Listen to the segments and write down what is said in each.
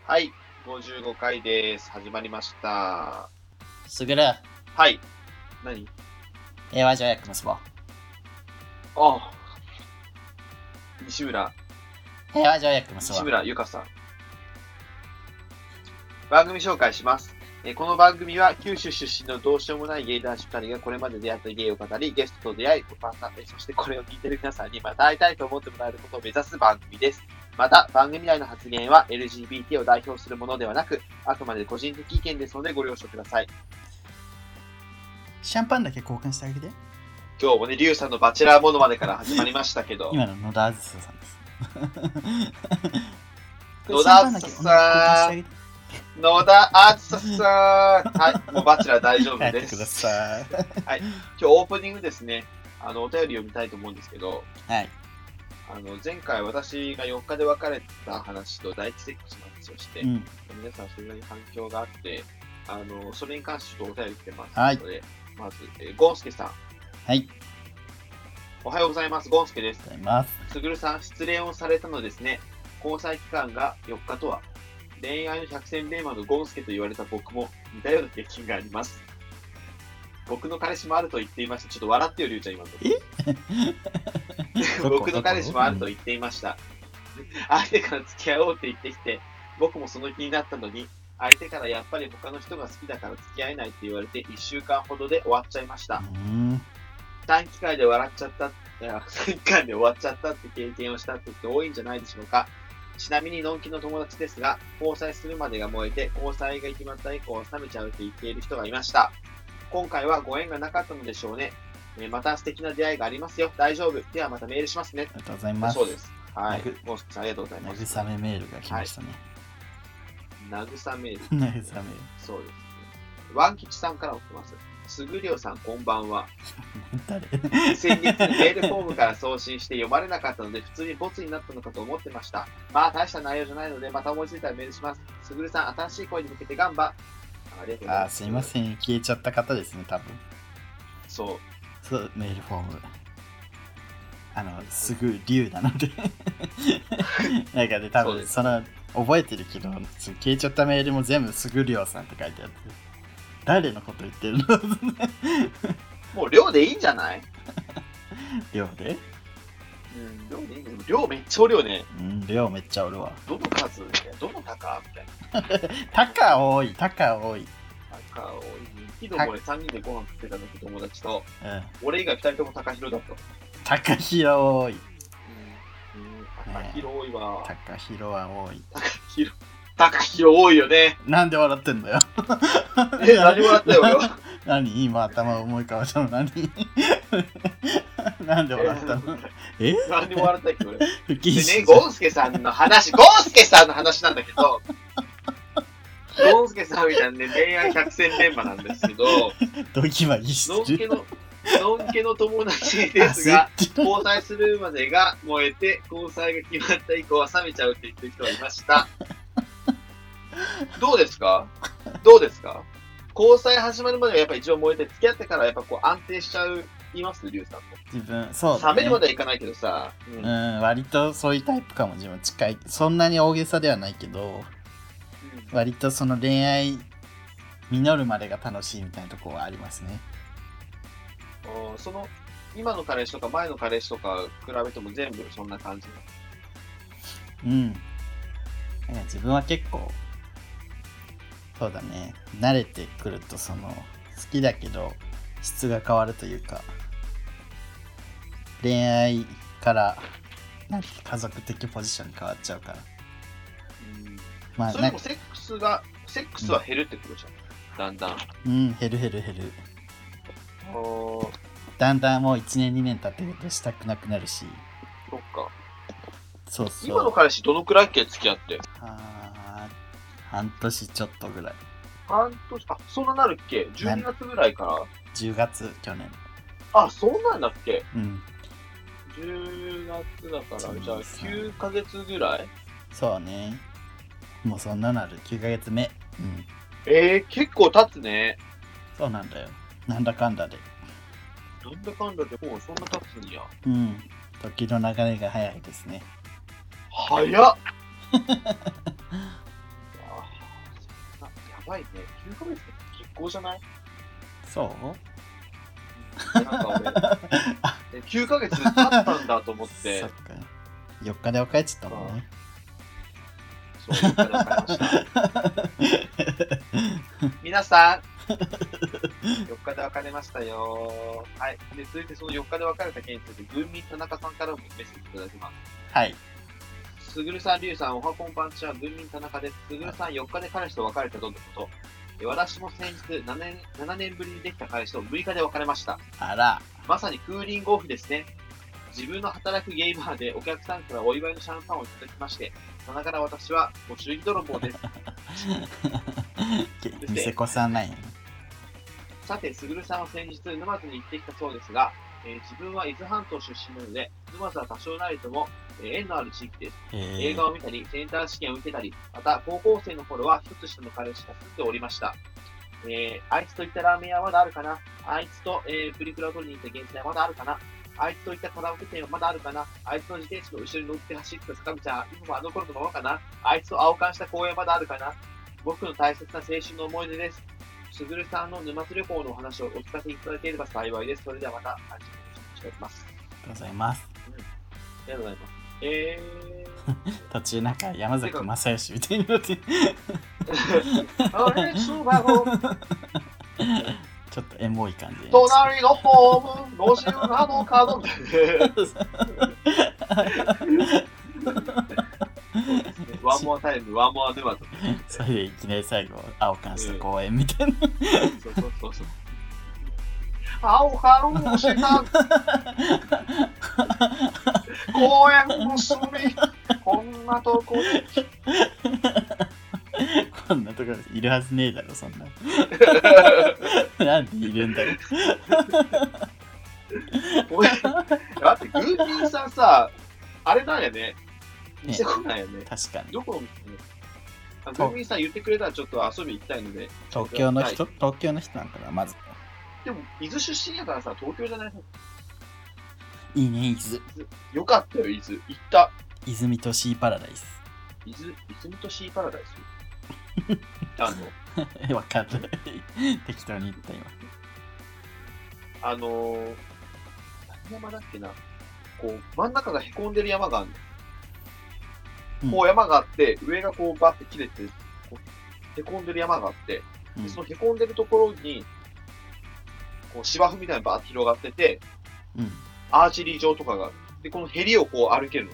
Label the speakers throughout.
Speaker 1: はい、55回です。始まりました。
Speaker 2: すぐる、
Speaker 1: はい。何？
Speaker 2: 平和条約結ぼう。
Speaker 1: あ、西村
Speaker 2: 平和条約結ぼう。
Speaker 1: ゆかさん。番組紹介します。この番組は九州出身のどうしようもないゲイ男子2人がこれまで出会ったゲイを語り、ゲストと出会い、そしてこれを聞いている皆さんにまた会いたいと思ってもらえることを目指す番組です。また、番組内の発言は LGBT を代表するものではなく、あくまで個人的意見ですのでご了承ください。
Speaker 2: シャンパンだけ交換してあげて。
Speaker 1: 今日もね、リュウさんのバチェラーモノマネから始まりましたけど。
Speaker 2: 今の野田あずささんです。
Speaker 1: 野田あずささん。野田あずささん。はい、もうバチェラー大丈夫です。はい、今日オープニングですね。お便り読みたいと思うんですけど、
Speaker 2: はい。
Speaker 1: 前回私が4日で別れた話と第一セックスの話をして、皆さんそれなりに反響があって、それに関してちょっとお便り来てますので、まず、ゴンスケさん。
Speaker 2: はい。
Speaker 1: おはようございます。ゴンスケです。
Speaker 2: おはようございます。
Speaker 1: すぐるさん、失恋をされたのですね。交際期間が4日とは、恋愛の百戦錬磨のゴンスケと言われた僕も似たような経験があります。僕の彼氏もあると言っていました。ちょっと笑ってよ、りゅうちゃん、今のところ。僕の彼氏もあると言っていました。相手から付き合おうって言ってきて、僕もその気になったのに、相手からやっぱり他の人が好きだから付き合えないって言われて1週間ほどで終わっちゃいました。短期間で笑っちゃった、短期間で終わっちゃったって経験をしたって人多いんじゃないでしょうか。ちなみに、のんきの友達ですが、交際するまでが燃えて、交際が決まった以降冷めちゃうって言っている人がいました。今回はご縁がなかったのでしょうね。また素敵な出会いがありますよ。大丈夫。ではまたメールしますね。
Speaker 2: ありがとうございます。
Speaker 1: そうです。はい。ゴンスケさん、ありがとうございます。
Speaker 2: 慰めメールが来ましたね。
Speaker 1: 慰めメール。
Speaker 2: 慰めメール。
Speaker 1: そうですね。ワン吉さんから送ってます。すぐりょうさん、こんばんは。
Speaker 2: 誰？
Speaker 1: 先日メールフォームから送信して読まれなかったので、普通にボツになったのかと思ってました。まあ、大した内容じゃないので、また思いついたらメールします。すぐるさん、新しい声に向けてガンバ。ありがとうございます。
Speaker 2: すいません。消えちゃった方ですね、多分。
Speaker 1: そう、
Speaker 2: メールフォーム。すぐ竜なのでなんかね、多分その覚えてるけど、消えちゃったメールも全部すぐりょうさんって書いてあって、誰のこと言ってるの
Speaker 1: もう量でいいんじゃない？
Speaker 2: 量で？
Speaker 1: 量でいいんだけど、量めっちゃおるよね。
Speaker 2: 量めっちゃおるわ。
Speaker 1: どの数みたいな、どの高みたいな。
Speaker 2: 高多い。
Speaker 1: 高多い。昨日もね、3人でご飯食ってたんだけど、友達と。俺以外2人とも高広だった。
Speaker 2: 高広多い。
Speaker 1: 高広多いわ。
Speaker 2: 高広は多い。
Speaker 1: 高広多いよね。
Speaker 2: なんで笑ってんだよ。
Speaker 1: 何笑ったよ、俺は。
Speaker 2: 何今頭重い顔したの何なんで笑ったの？
Speaker 1: 何でも笑ったけど俺。でね、ゴンスケさんの話なんだけど、ゴンスケさんみたいなね、恋愛百戦錬磨なんですけど、のんけの友達ですが、交際するまでが燃えて、交際が決まった以降は冷めちゃうって言ってる人がいました。どうですか？交際始まるまではやっぱ一応燃えて、付き合ってからやっぱこう安定しちゃう、言いますリュウさんも。
Speaker 2: 自分、そうだね。
Speaker 1: 冷めるまではいかないけどさ。
Speaker 2: 割とそういうタイプかも。自分近い。そんなに大げさではないけど、割とその恋愛実るまでが楽しいみたいなところはありますね。
Speaker 1: その今の彼氏とか前の彼氏とか比べても全部そんな感じ？
Speaker 2: 自分は結構そうだね、慣れてくるとその好きだけど質が変わるというか、恋愛から家族的ポジションに変わっちゃうから、
Speaker 1: まあそれでもセックスは減るってことじゃん、だんだん。
Speaker 2: 減る。だんだんもう1年2年経ってくるとしたくなくなるし。
Speaker 1: そっか。
Speaker 2: そう。
Speaker 1: 今の彼氏どのくらいっけ付き合って？
Speaker 2: 半年ちょっとぐらい。
Speaker 1: 半年、そんななるっけ？ 12 月ぐらいから？
Speaker 2: 10月、去年。
Speaker 1: そんなんだっけ？10月だから、じゃあ9ヶ月ぐらい？
Speaker 2: そうね。もうそんななる。9ヶ月目。
Speaker 1: 結構経つね。
Speaker 2: そうなんだよ。なんだかんだで。
Speaker 1: もうそんな経つんや。
Speaker 2: 時の流れが早いですね。
Speaker 1: 早っばいね。9ヶ月って結構じゃない？
Speaker 2: そう
Speaker 1: なんか俺、9ヶ月経ったんだと思っ
Speaker 2: そ
Speaker 1: て
Speaker 2: っ、か。4日で別れちゃったもんね。
Speaker 1: そう、4日で別れました。皆さん、4日で別れましたよ。はい。で、続いてその4日で別れた件について、軍民田中さんからもメッセージいただきます。
Speaker 2: はい。
Speaker 1: すぐるさん、りゅうさん、おはこんばんちは、軍民田中です。すぐるさん、4日で彼氏と別れたとのこと。私も先日7年ぶりにできた彼氏と6日で別れました。
Speaker 2: あら。
Speaker 1: まさにクーリングオフですね。自分の働くゲイバーでお客さんからお祝いのシャンパンをいただきまして、さながら私はご祝儀泥棒です。
Speaker 2: 店子さんなんや。
Speaker 1: さて、すぐるさんは先日、沼津に行ってきたそうですが、自分は伊豆半島出身なので、沼津は多少なりとも、縁のある地域です。映画を見たり、センター試験を受けたり、また高校生の頃は一つ下の彼氏が住んでおりました。あいつといったラーメン屋はまだあるかな、あいつと、プリクラを取りに行った原付はまだあるかな、あいつといったカラオケ店はまだあるかな、あいつの自転車の後ろに乗って走った坂道は今もあの頃のままかな、あいつと青缶した公園はまだあるかな。僕の大切な青春の思い出です。すぐるさんの沼津旅行のお話をお聞かせいただければ幸いです。それではまた、配信をしていきます。
Speaker 2: ありがとうございます。
Speaker 1: ありがとうございます。
Speaker 2: 途中なんか山崎正義みたいになってちょっとエモい感じ。
Speaker 1: 隣のホーム、路地裏の角みたいな。ワンモアタイム、ワンモア沼と。
Speaker 2: それでいきなり最後、青缶した公園みたいな。
Speaker 1: そう。青缶した公園の隅、こんなとこで。
Speaker 2: こんなところいるはずねえだろ、そんな。なんでいるんだよ。
Speaker 1: 待って、グーピーさんさ、あれなんやね。店子なんやね。
Speaker 2: 確かに。
Speaker 1: どこの店ね。グーピーさん言ってくれたらちょっと遊び行きたいので。
Speaker 2: 東京の人なんかな、まず。
Speaker 1: でも、伊豆出身やからさ、東京じゃないの？
Speaker 2: いいね、伊豆。
Speaker 1: よかったよ、伊豆。行った。
Speaker 2: 泉とシーパラダイス。
Speaker 1: 泉とシーパラダイス
Speaker 2: わかんない。適当に言った今。
Speaker 1: 何山だっけな。こう、真ん中がへこんでる山があるの。こう山があって、上がこうバッて切れて、こうへこんでる山があって、でそのへこんでるところに、こう芝生みたいなのバーって広がってて、アーチェリー場とかがある。で、このヘリをこう歩けるの。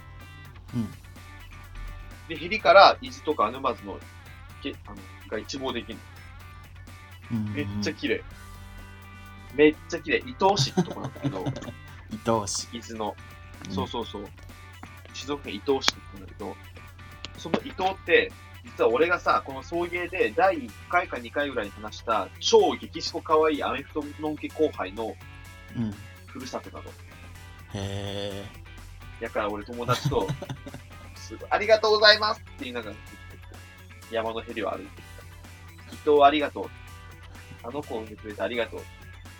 Speaker 1: で、ヘリから伊豆とか沼津のが一望できるの。めっちゃ綺麗。めっちゃ綺麗。伊東市ってとこなんだけど、
Speaker 2: 伊東市。
Speaker 1: 伊豆の。そう。静岡県伊東市ってとこなんだけど、その伊東って、実は俺がさ、この送迎で第1回か2回ぐらいに話した超激しこ可愛いアメフトのんけ後輩のふるさとなの。
Speaker 2: へ
Speaker 1: ー。だから俺友達と、すごいありがとうございますって言いながら、山のヘリを歩いてきた。伊藤ありがとう。あの子を産んでくれてありがとう。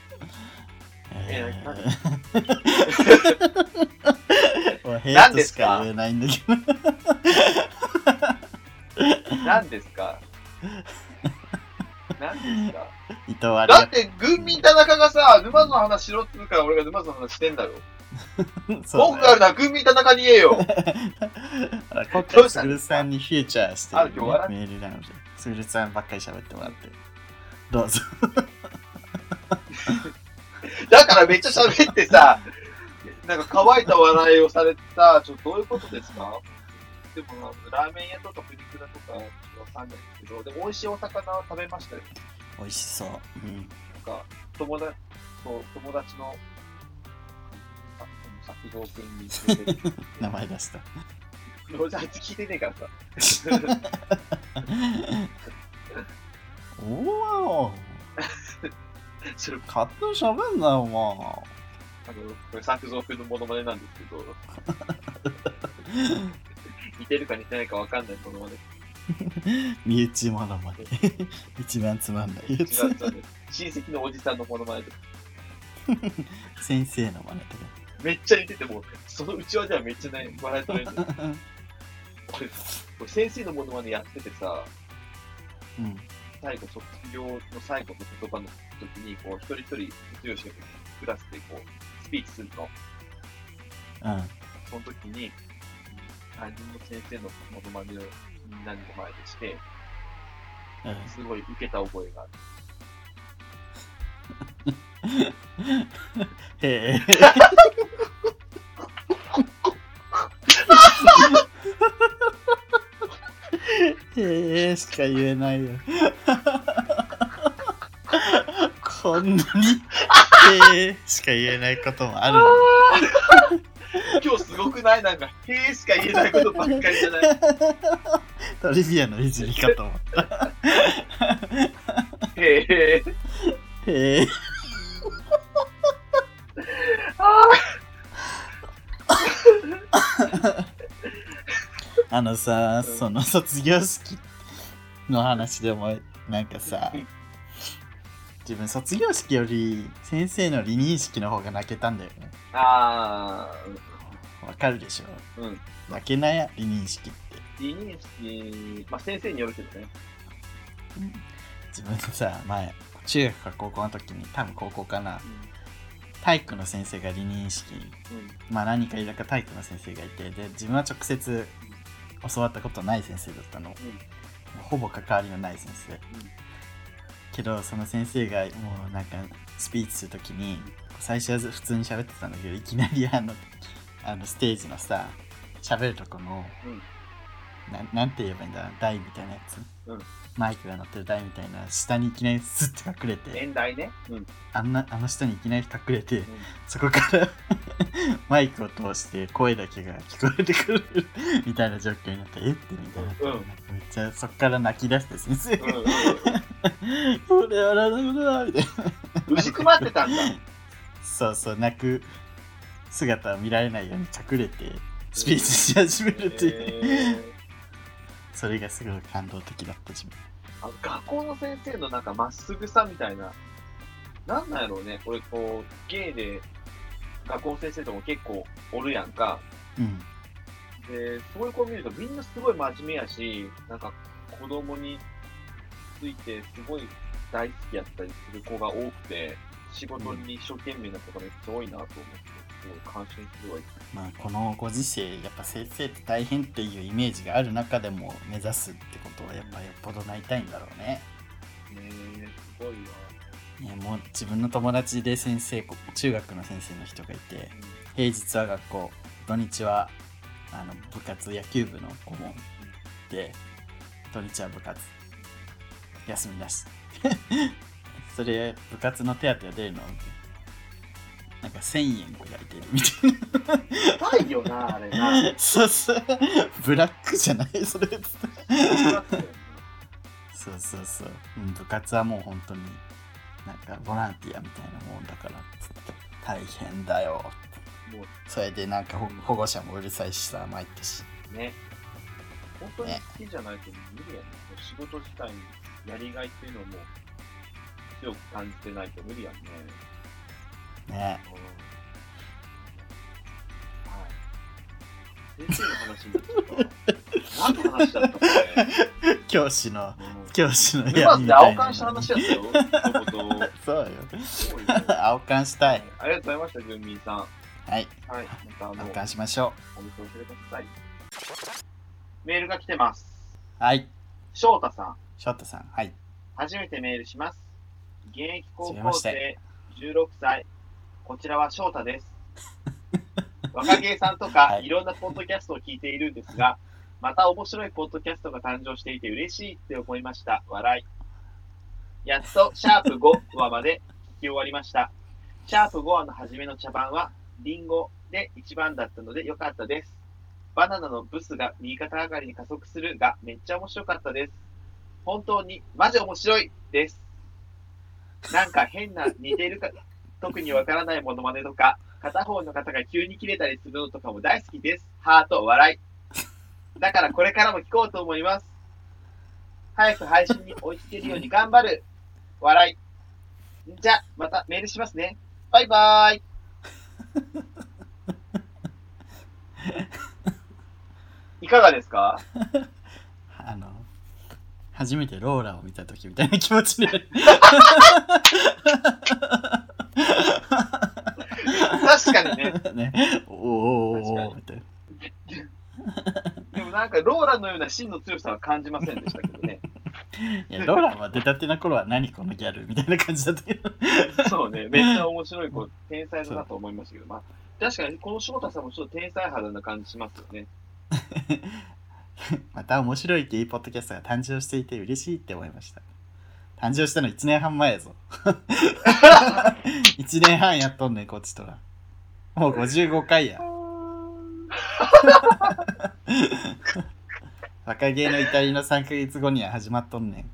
Speaker 2: 何ですか？言えないんだけど。
Speaker 1: 何ですか？何ですか？
Speaker 2: 伊藤ありがとう。
Speaker 1: だって軍民田中がさ、沼津の話しろって言うから俺が沼津の話してんだよ。僕があるなら軍民田中に言えよ。
Speaker 2: 今回すぐるさんにフューチャーしてる、
Speaker 1: ね、
Speaker 2: メールなので、すぐるさんばっかり喋ってもらって。どうぞ。
Speaker 1: だからめっちゃ喋ってさ、なんか乾いた笑いをされてさ、どういうことですか？でもラーメン屋とかプリクラとかわかんないですけど、でも美味しいお魚は食べましたよ。
Speaker 2: 美味しそう。
Speaker 1: なんか友達の作造くんに
Speaker 2: 名前出した。
Speaker 1: 俺あいつ聞いてねえからさ。
Speaker 2: おお。
Speaker 1: それ
Speaker 2: 勝手に喋んなよ、も
Speaker 1: う。これ作造くんのモノマネなんですけど。似てるか似てないかわかんないモノマネ。
Speaker 2: 身内モノマネ。一番つまんないやつ。
Speaker 1: 親戚のおじさんのモノマネとか。
Speaker 2: 先生のマネとか。
Speaker 1: めっちゃ似てても、そのうちわではめっちゃね、笑い取れるんだよ。俺先生のモノマネやっててさ、 最後、卒業の最後の言葉の時に、こう、一人一人卒業式のクラスでこう、スピーチするの。その時に、担任の先生のモノマネをみんなの前でして、すごい受けた覚えがあ
Speaker 2: る。へえ。へえしか言えないよ。こんなにへえしか言えないこともあるの。
Speaker 1: 今日すごくない？なんか、へえしか言えないことばっかりじゃない。
Speaker 2: トリビアのいじりかと思った。
Speaker 1: へえ。
Speaker 2: へえ。さ、その卒業式の話でもなんかさ、自分卒業式より先生の離任式の方が泣けたんだよね。わかるでしょ。泣けないや、離任式って。
Speaker 1: 離任式、まあ先生によるけどね。
Speaker 2: 自分のさ、前、中学か高校の時に、多分高校かな、体育の先生が離任式、まあ何かいらか体育の先生がいて、で、自分は直接教わったことない先生だったの。ほぼ関わりのない先生。けど、その先生がもうなんかスピーチするときに、最初は普通に喋ってたんだけど、いきなりステージのさ、喋るとこの、なんて言えばいいんだ、台みたいなやつ、マイクが乗ってる台みたいな下にいきなりスッて隠れて、
Speaker 1: 演台ね、
Speaker 2: あの下にいきなり隠れて、そこからマイクを通して声だけが聞こえてくるみたいな状況になって、えってみたいな、めっちゃそこから泣き出して先生がこれはなんだみたいな、
Speaker 1: うずくまってたんだ。
Speaker 2: そうそう、泣く姿を見られないように隠れてスピーチし始めるっていう、それがすごい感動的だった自分。
Speaker 1: 学校の先生のなんかまっすぐさみたいな、なんなんやろうね。俺こうゲイで学校の先生とも結構おるやんか。で、そういう子を見るとみんなすごい真面目やし、なんか子供についてすごい大好きやったりする子が多くて、仕事に一生懸命な子がめっちゃ多いなと思って、すごい感心するわ。
Speaker 2: まあこのご時世、やっぱ先生って大変っていうイメージがある中でも目指すってことはやっぱよっぽどなりたいんだろうね。
Speaker 1: すごいわ。
Speaker 2: もう自分の友達で先生、中学の先生の人がいて、平日は学校、土日は部活、野球部の顧問で、土日は部活、休みなし。それ部活の手当が出るのなんか1000円くらい出るみたいな。
Speaker 1: 高いよな、あれな。
Speaker 2: そうそう。ブラックじゃないそれ。そうそうそう。部活はもう本当になんかボランティアみたいなもんだから大変だよ。もうそれでなんか保護者もうるさいしさ、参ったし。
Speaker 1: ね。本当に好きじゃないと無理やね。仕事自体にやりがいっていうのも強く感じてないと無理やんね。
Speaker 2: ね。
Speaker 1: 先生の話になっちゃった。何の話だったっけ？
Speaker 2: 教師の
Speaker 1: 今って青缶した話やったよ。
Speaker 2: そうよ。青缶したい。
Speaker 1: ありがとうございました、グンミンさん。
Speaker 2: はい。
Speaker 1: また
Speaker 2: 青缶しましょ
Speaker 1: う。お見せください。メールが来てます。
Speaker 2: はい。
Speaker 1: 翔太さん。
Speaker 2: はい。
Speaker 1: 初めてメールします。現役高校生16歳。こちらは翔太です。若芸さんとかいろんなポッドキャストを聞いているんですが、また面白いポッドキャストが誕生していて嬉しいって思いました。笑い。やっとシャープ5話まで聞き終わりました。シャープ5話の初めの茶番はリンゴで一番だったので良かったです。バナナのブスが右肩上がりに加速するがめっちゃ面白かったです。本当にマジ面白いです。なんか変な似ているか特にわからないモノマネとか片方の方が急に切れたりするのとかも大好きです。ハート笑い。だからこれからも聞こうと思います。早く配信に追いつけるように頑張る。笑い。じゃあまたメールしますね。バイバーイ。いかがですか？
Speaker 2: 初めてローラを見た時みたいな気持ちで
Speaker 1: 確かにね。
Speaker 2: ね、おーみたいな。
Speaker 1: でもなんかローラのような真の強さは感じませんでしたけどね。
Speaker 2: いやローラは出たての頃は何このギャルみたいな感じだったけど
Speaker 1: そうね、めっちゃ面白い子、天才だなと思いましたけど、まあ、確かにこの翔太さんもちょっと天才肌な感じしますよね。
Speaker 2: また面白いゲイポッドキャストが誕生していて嬉しいって思いました。誕生したの1年半前やぞ1年半やっとんねんこっちとら。もう55回や若芸の至りの3ヶ月後には始まっとんねん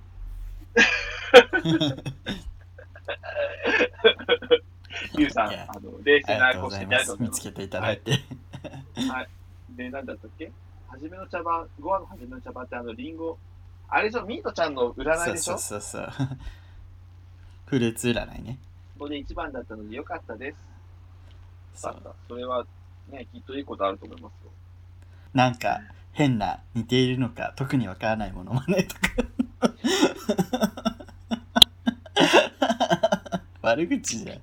Speaker 1: ゆうさん、冷静な顔して
Speaker 2: ありがとうございます。見つけていただいて。
Speaker 1: はい。で、なんだったっけ、はじめの茶番、5話のはじめの茶番ってリンゴ、あれでしょ、ミートちゃんの占いでしょ。
Speaker 2: そうフルーツ占いね。
Speaker 1: ここで1番だったのでよかったです。
Speaker 2: そう。
Speaker 1: それはね、きっといいことあると思いますよ。
Speaker 2: なんか変な似ているのか特にわからないものまねとか悪口じゃん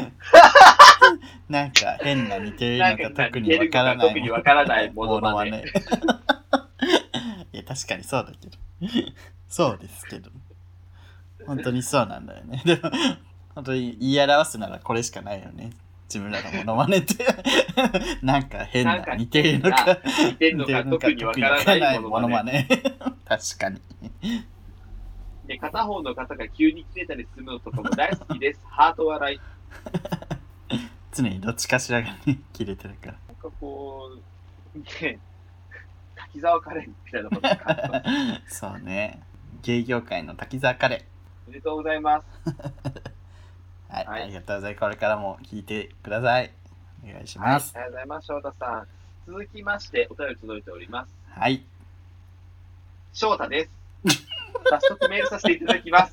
Speaker 2: なんか変な似ているのか特にわからないものまねいや確かにそうだけどそうですけど本当にそうなんだよね。でも本当に言い表すならこれしかないよね、自分らのモノマネってなんか変な似ているのか
Speaker 1: 特にわからないものまね
Speaker 2: 確かに
Speaker 1: で、片方の方が急に切れたりするのとかも大好きですハート笑い
Speaker 2: 常にどっちかしらがね切れてるから、
Speaker 1: なんかこうね、滝沢カレンみたいなこと感じます
Speaker 2: そうね、芸業界の滝沢カレン
Speaker 1: おめでとうございます
Speaker 2: はい、ありがとうございます。これからも聞いてください。お願いします。
Speaker 1: ありがとうございます、翔太さん。続きまして、お便り届いております。
Speaker 2: はい。
Speaker 1: 翔太です。早速メールさせていただきます。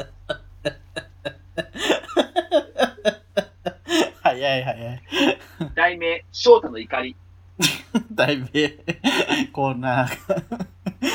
Speaker 2: 早い。
Speaker 1: 題名、翔太の怒り。
Speaker 2: 題名、コーナー。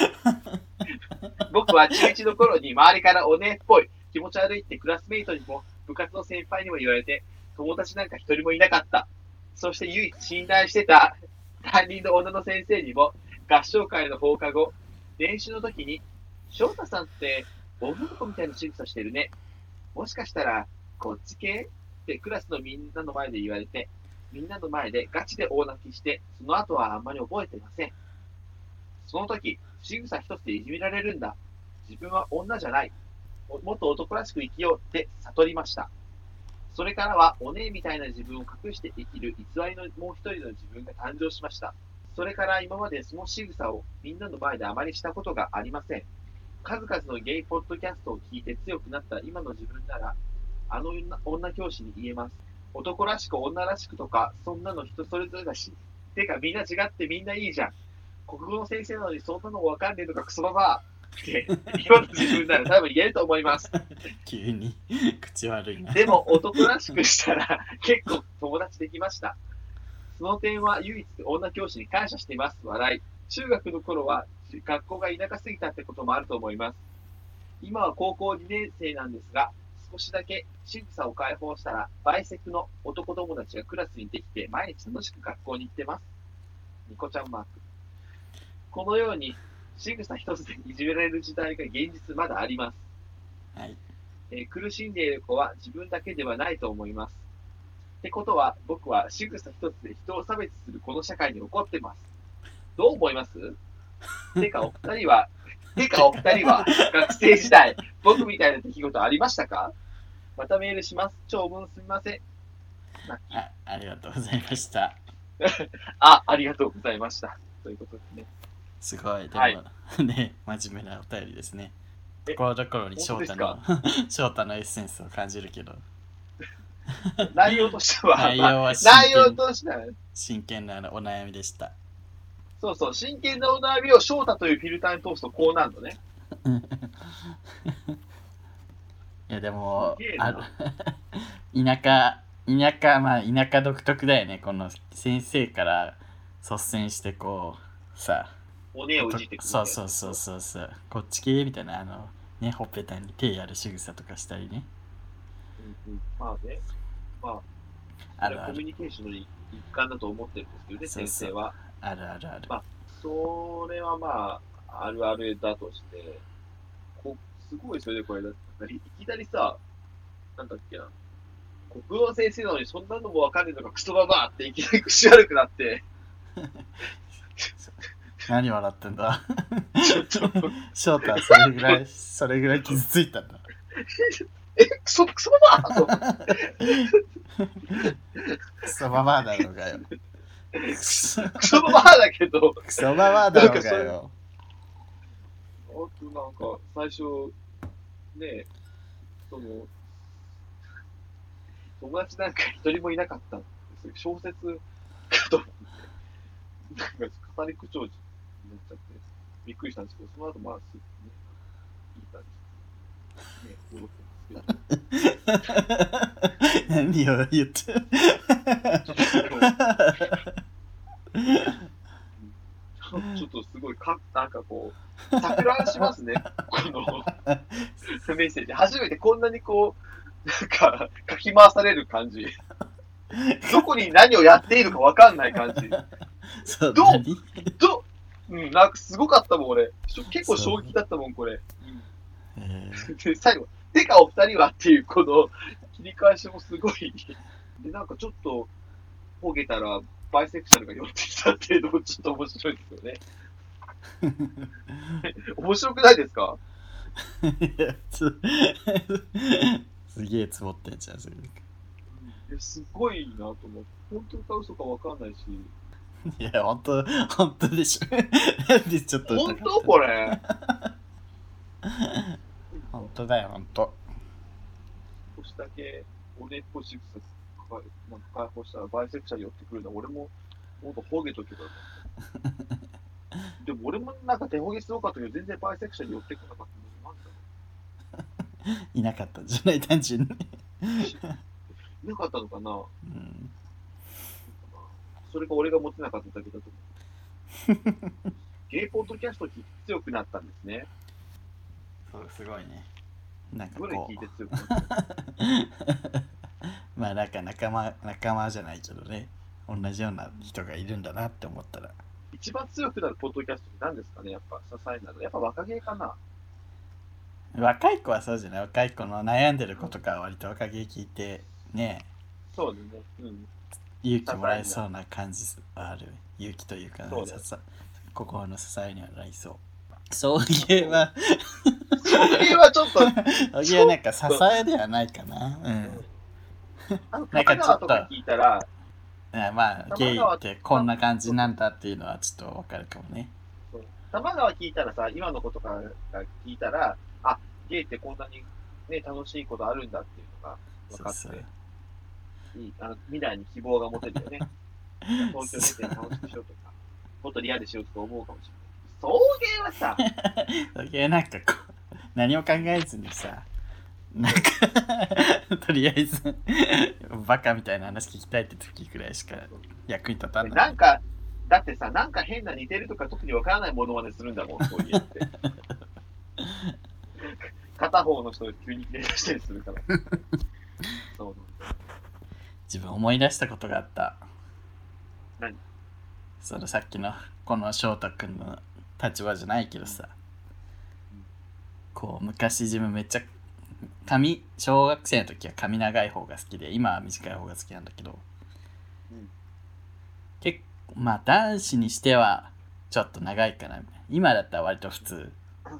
Speaker 1: 僕は中1の頃に周りからおねっぽい、気持ち悪いってクラスメイトにも部活の先輩にも言われて、友達なんか一人もいなかった。そして唯一信頼してた担任の女の先生にも合唱会の放課後、練習の時に、翔太さんって女の子みたいな仕草してるね。もしかしたらこっち系ってクラスのみんなの前で言われて、みんなの前でガチで大泣きして、その後はあんまり覚えてません。その時、仕草一つでいじめられるんだ。自分は女じゃない。もっと男らしく生きようって悟りました。それからはお姉みたいな自分を隠して生きる偽りのもう一人の自分が誕生しました。それから今までその仕草をみんなの前であまりしたことがありません。数々のゲイポッドキャストを聞いて強くなった今の自分なら、あの女教師に言えます。男らしく女らしくとか、そんなの人それぞれだし。てかみんな違ってみんないいじゃん。国語の先生なのにそんなのわかんねえのかクソババア。って今の自分なら多分言えると思います。
Speaker 2: 急に口悪いな。
Speaker 1: でも男らしくしたら結構友達できました。その点は唯一女教師に感謝しています。笑い。中学の頃は学校が田舎すぎたってこともあると思います。今は高校2年生なんですが、少しだけ仕草を解放したらバイセクの男友達がクラスにできて毎日楽しく学校に行ってます。ニコちゃんマーク。このように仕草一つでいじめられる時代が現実まだあります。
Speaker 2: はい。
Speaker 1: 苦しんでいる子は自分だけではないと思います。ってことは僕は仕草一つで人を差別するこの社会に怒ってます。どう思います？てかお二人は学生時代僕みたいな出来事ありましたか？またメールします。長文すみません。
Speaker 2: ありがとうございました。
Speaker 1: ありがとうございました。ということですね。
Speaker 2: すごい、でも、ね、真面目なお便りですね。ところどころに翔太のエッセンスを感じるけど。
Speaker 1: 内容としては、
Speaker 2: 真剣なお悩みでした。
Speaker 1: そう、真剣なお悩みを翔太というフィルターに通すとこうなるのね。
Speaker 2: いやでも田舎独特だよね。この先生から率先してこうさ
Speaker 1: おねえをいじってくるみたいな。
Speaker 2: そうそうそうそうそう。こっち系みたいな、ね、ほっぺたに手やる仕草とかしたりね。
Speaker 1: うんうん。まあね。まあ、それは
Speaker 2: あるある。
Speaker 1: コミュニケーションの一環だと思ってるんですけどね、
Speaker 2: そうそう。
Speaker 1: 先生は。
Speaker 2: あるあるある。
Speaker 1: まあ、それはまあ、あるあるだとして、すごいですよね、これ。なんかいきなりさ、なんだっけな、国語の先生なのにそんなのもわかんないのがクソババアっていきなり口悪くなって、
Speaker 2: 何笑ってんだ。
Speaker 1: ちょっと、
Speaker 2: 翔太はそれぐらい傷ついたんだ。
Speaker 1: クソババアと思って、
Speaker 2: クソババアだろうがよ。クソ
Speaker 1: クソババアだけど、
Speaker 2: クソババアだろ
Speaker 1: なんかそれ、
Speaker 2: うがよ。
Speaker 1: あとなんか、最初、ね、その、友達なんか一人もいなかったんですよ。小説かと思って、なんか語り口調になっちゃって、びっくりしたんですけど、その後まあすぐね、いい感じね、戻ってますけど。
Speaker 2: 何を言って
Speaker 1: ちょっとすごいなんかこう、錯乱しますね、このメッセージ。初めてこんなにこう、なんか、かき回される感じ。どこに何をやっているかわかんない感じ。
Speaker 2: そう、
Speaker 1: どう
Speaker 2: 何
Speaker 1: どううん、なんかすごかったもん、俺。結構衝
Speaker 2: そう、
Speaker 1: 撃だったもん、これ。
Speaker 2: え
Speaker 1: で、最後、てかお二人はっていう、この切り返しもすごい。で、なんかちょっと、ほげたら、バイセクシャルが寄ってきたっていうのもちょっと面白いですよね。面白くないですか？
Speaker 2: ーすげえ積もってんじゃん、それ。
Speaker 1: すごいなと思って、本当か嘘かわかんないし、
Speaker 2: いや、本当でしょ。なんでちょっと疑
Speaker 1: 本当
Speaker 2: ってんの。
Speaker 1: これ。
Speaker 2: 本当だよ、本当。
Speaker 1: 少しだけおねっぽしぐさなんか解放したらバイセクシャル寄ってくるの、俺ももっとほげとけばよかった。でも俺もなんか手ほげすごかったけど、全然バイセクシャル寄ってこなかったの。なんだろ
Speaker 2: いなかったんじゃない、単純に。
Speaker 1: う。いなかったのかな。
Speaker 2: うん、
Speaker 1: それが俺が持てなかっただけだと思う。ゲイポッドキャスト聞いて強くなったんですね。
Speaker 2: そう、すごいね。なんか
Speaker 1: どれ
Speaker 2: こ
Speaker 1: 聞いて強くなったの？
Speaker 2: う、まあなんか仲間じゃないけどね、同じような人がいるんだなって思ったら、
Speaker 1: 一番強くなるポッドキャストって何ですかね？やっぱ支えなる。やっぱ若芸かな。
Speaker 2: 若い子はそうじゃない。若い子の悩んでる子とかは割と若気聞いてね、
Speaker 1: そうだね。うん。
Speaker 2: 勇気もらえ
Speaker 1: 支えになる。
Speaker 2: そうな感じはある。勇気というか、
Speaker 1: そうだよ。
Speaker 2: 心の支えにはなりそう。送迎は
Speaker 1: 送迎はちょっと、
Speaker 2: 送
Speaker 1: ちょっ
Speaker 2: 迎はなんか支
Speaker 1: と、
Speaker 2: えではないかな。うん。なんか
Speaker 1: 玉川とか
Speaker 2: ちょっと、
Speaker 1: 聞いたら、
Speaker 2: まあゲイっ
Speaker 1: 玉川、
Speaker 2: てこんな感じ
Speaker 1: そうそう
Speaker 2: なんだっていうのはちょっとわかるかもね。
Speaker 1: そう玉川聞いたらさ、今の子とかが聞いたら、あ、ゲイってこんなにね、楽しいことあるんだっていうのが分
Speaker 2: そうそう。
Speaker 1: かって、未来に希望が持てるよね。東京出て楽しくしようとか、もっとリアルしようとか思うかもしれない。送迎はさ、
Speaker 2: 送迎なんかこう、何も考えずにさ、なんかとりあえずバカみたいな話聞きたいって時くらいしか役に立たない。
Speaker 1: なんか、だってさ、なんか変な似てるとか特に分からないものまでするんだもん、そういうって。片方の人が急に切れ出したりするから。そう
Speaker 2: 自分思い出したことがあった。
Speaker 1: 何？
Speaker 2: そのさっきのこの翔太くんの立場じゃないけどさ、こう昔自分めっちゃ小学生の時は髪長い方が好きで、今は短い方が好きなんだけど、結構まあ男子にしてはちょっと長いかなみたいな。今だったら割と普通。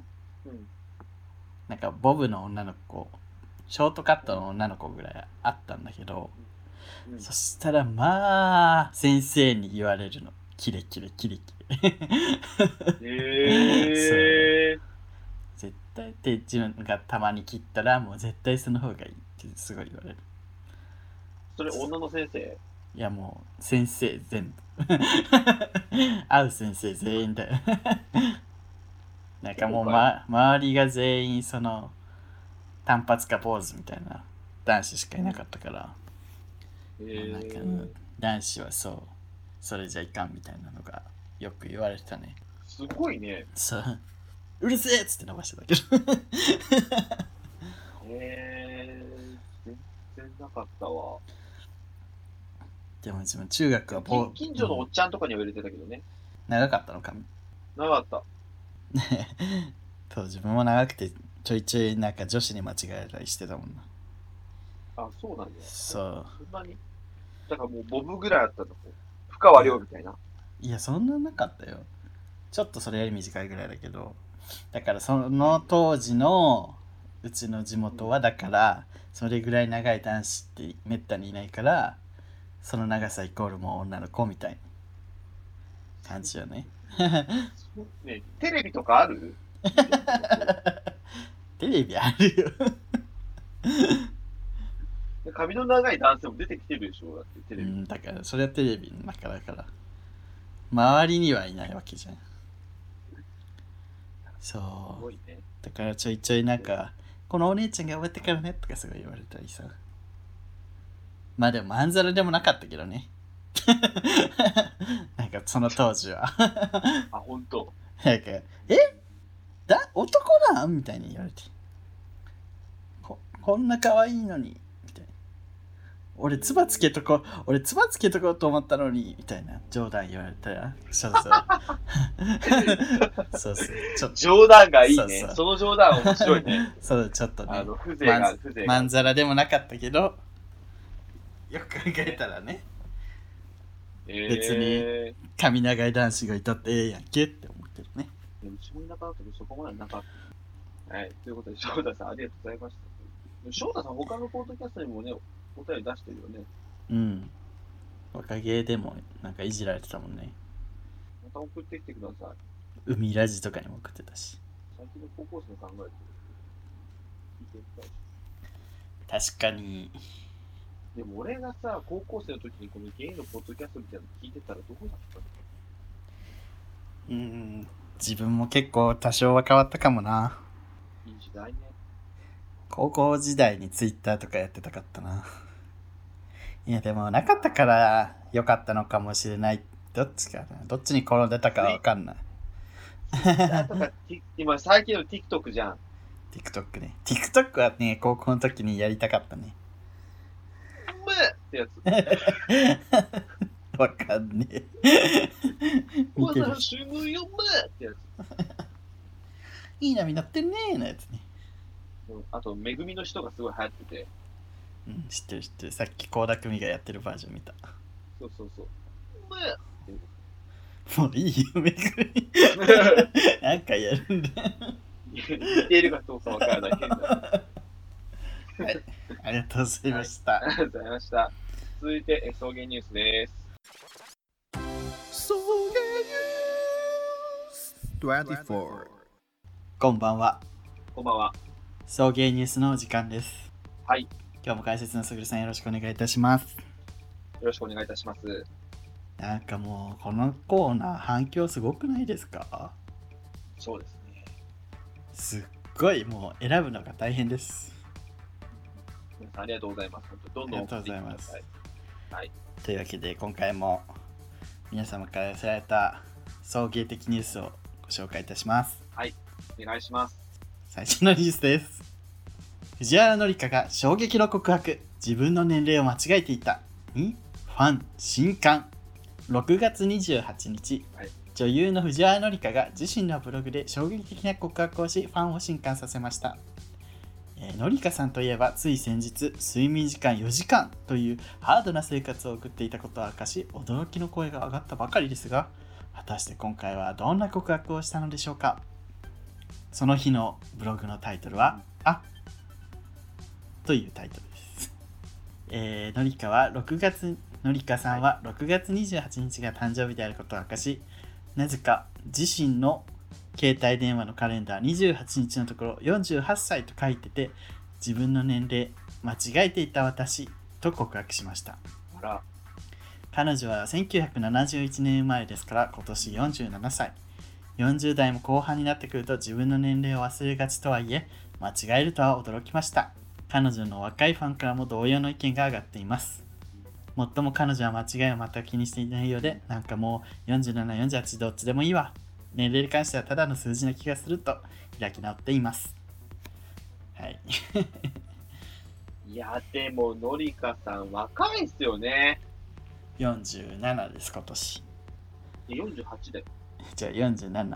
Speaker 2: なんかボブの女の子、ショートカットの女の子ぐらいあったんだけど、そしたらまあ先生に言われるの、キレキレキレキレそう絶対って自分がたまに切ったらもう絶対その方がいいってすごい言われる。
Speaker 1: それ女の先生？
Speaker 2: いやもう先生全部会う先生全員だよなんかもう、周りが全員その単発か坊主みたいな男子しかいなかったから、なんか男子はそうそれじゃいかんみたいなのがよく言われてたね。
Speaker 1: 不すごいね。
Speaker 2: そう。うるせえっつって伸ばしてたけど。
Speaker 1: 全然なかったわ。
Speaker 2: でも自分中学は
Speaker 1: 近所のおっちゃんとかには入れてたけどね。
Speaker 2: 長かったの髪。
Speaker 1: 長かった。
Speaker 2: そう、自分も長くてちょいちょいなんか女子に間違えたりしてたもんな。
Speaker 1: あ、そうなんだ。
Speaker 2: そう。
Speaker 1: そんなにだからもうボブぐらいあったの。深川亮みたいな。
Speaker 2: いや、そんななかったよ。ちょっとそれより短いぐらいだけど。だからその当時のうちの地元はだからそれぐらい長い男子ってめったにいないから、その長さイコールもう女の子みたいな感じよね。
Speaker 1: ね、テレビとかある？
Speaker 2: テレビあるよ。
Speaker 1: 髪の長い男性も出てきてるでしょ、だってテレビ。
Speaker 2: だからそれはテレビの中だから周りにはいないわけじゃん。そう、ね、だからちょいちょいなんかこのお姉ちゃんが終わってからねとかすごい言われたりさ。まあでもまんざらでもなかったけどね。なんかその当時は。
Speaker 1: あ、本当。
Speaker 2: なんか男なんみたいに言われて、こんな可愛いのにみたいな。俺つばつけとこうと思ったのにみたいな冗談言われたら、そうそうそう
Speaker 1: 冗談がいいね。その冗談面白いね。
Speaker 2: そうちょっとね、
Speaker 1: 風情が
Speaker 2: まんざらでもなかったけど、よく考えたらね、別に髪長い男子がいたってええやんけって思ってるね。
Speaker 1: うちもいなかったけどそこまでなかった。はい、ということで翔太さんありがとうございました。翔太さん他のポッドキャストにもねお便り出してるよね。
Speaker 2: うん。若芸でもなんかいじられてたもんね。
Speaker 1: また送ってきてください。
Speaker 2: 海ラジとかにも送ってたし。
Speaker 1: 最近の高校生の考えて聞いてみたいし。
Speaker 2: 確かに。
Speaker 1: でも俺がさ、高校生の時にこのゲイのポッドキャストみたいなの聞いてたらどうなった
Speaker 2: の？自分も結構多少は変わったかもな。
Speaker 1: いい時代ね。
Speaker 2: 高校時代にツイッターとかやってたかったな。いやでもなかったから良かったのかもしれない。どっちかな。どっちに転んでたかわかんない。
Speaker 1: とか今最近の TikTok じゃん。
Speaker 2: TikTok ね。TikTok はね、高校の時にやりたかったね。
Speaker 1: ってやつ。
Speaker 2: わかんねえ。見てる。
Speaker 1: ってやつ。
Speaker 2: いい波乗ってんねーのやつね。
Speaker 1: あと、めぐみの人がすごい流行ってて。
Speaker 2: うん、知ってる。さっき倖田來未がやってるバージョン見た。
Speaker 1: そうそうそう。
Speaker 2: もういいよ、めぐみ。なんかやるんだ。
Speaker 1: 似ているかどうかわからない変だ。はい、
Speaker 2: ありがとうございました。
Speaker 1: ありがとうございました。続いて、送迎ニュースです。
Speaker 2: 送迎ニュース24。こんばんは。
Speaker 1: こんばんは。
Speaker 2: 送迎ニュースの時間です。
Speaker 1: はい。
Speaker 2: 今日も解説のすぐるさんよろしくお願いいたします。
Speaker 1: よろしくお願いいたします。
Speaker 2: なんかもうこのコーナー反響すごくないですか？
Speaker 1: そうですね。
Speaker 2: すっごいもう選ぶのが大変です。
Speaker 1: ありがとうございます。どんどん送ってください。ありがとうございます。はい。
Speaker 2: というわけで今回も皆様から寄せられた送迎的ニュースをご紹介いたします。
Speaker 1: はい、お願いします。
Speaker 2: 最初のニュースです。藤原紀香が衝撃の告白。自分の年齢を間違えていたにファン震撼。6月28日、はい、女優の藤原紀香が自身のブログで衝撃的な告白をしファンを震撼させました。紀香さんといえばつい先日睡眠時間4時間というハードな生活を送っていたことを明かし驚きの声が上がったばかりですが、果たして今回はどんな告白をしたのでしょうか。その日のブログのタイトルはというタイトルです。紀香さんは6月28日が誕生日であることを明かし、なぜか自身の携帯電話のカレンダー28日のところ48歳と書いてて、自分の年齢間違えていた私と告白しました。彼女は1971年生まれですから今年47歳。40代も後半になってくると自分の年齢を忘れがちとはいえ、間違えるとは驚きました。彼女の若いファンからも同様の意見が上がっています。もっとも彼女は間違いを全く気にしていないようで、なんかもう47、48どっちでもいいわ年齢に関してはただの数字な気がすると開き直っています。はい。
Speaker 1: いや、でも、のりかさん、若いっすよね。
Speaker 2: 47です、今年。
Speaker 1: 48だよ。
Speaker 2: じゃあ47。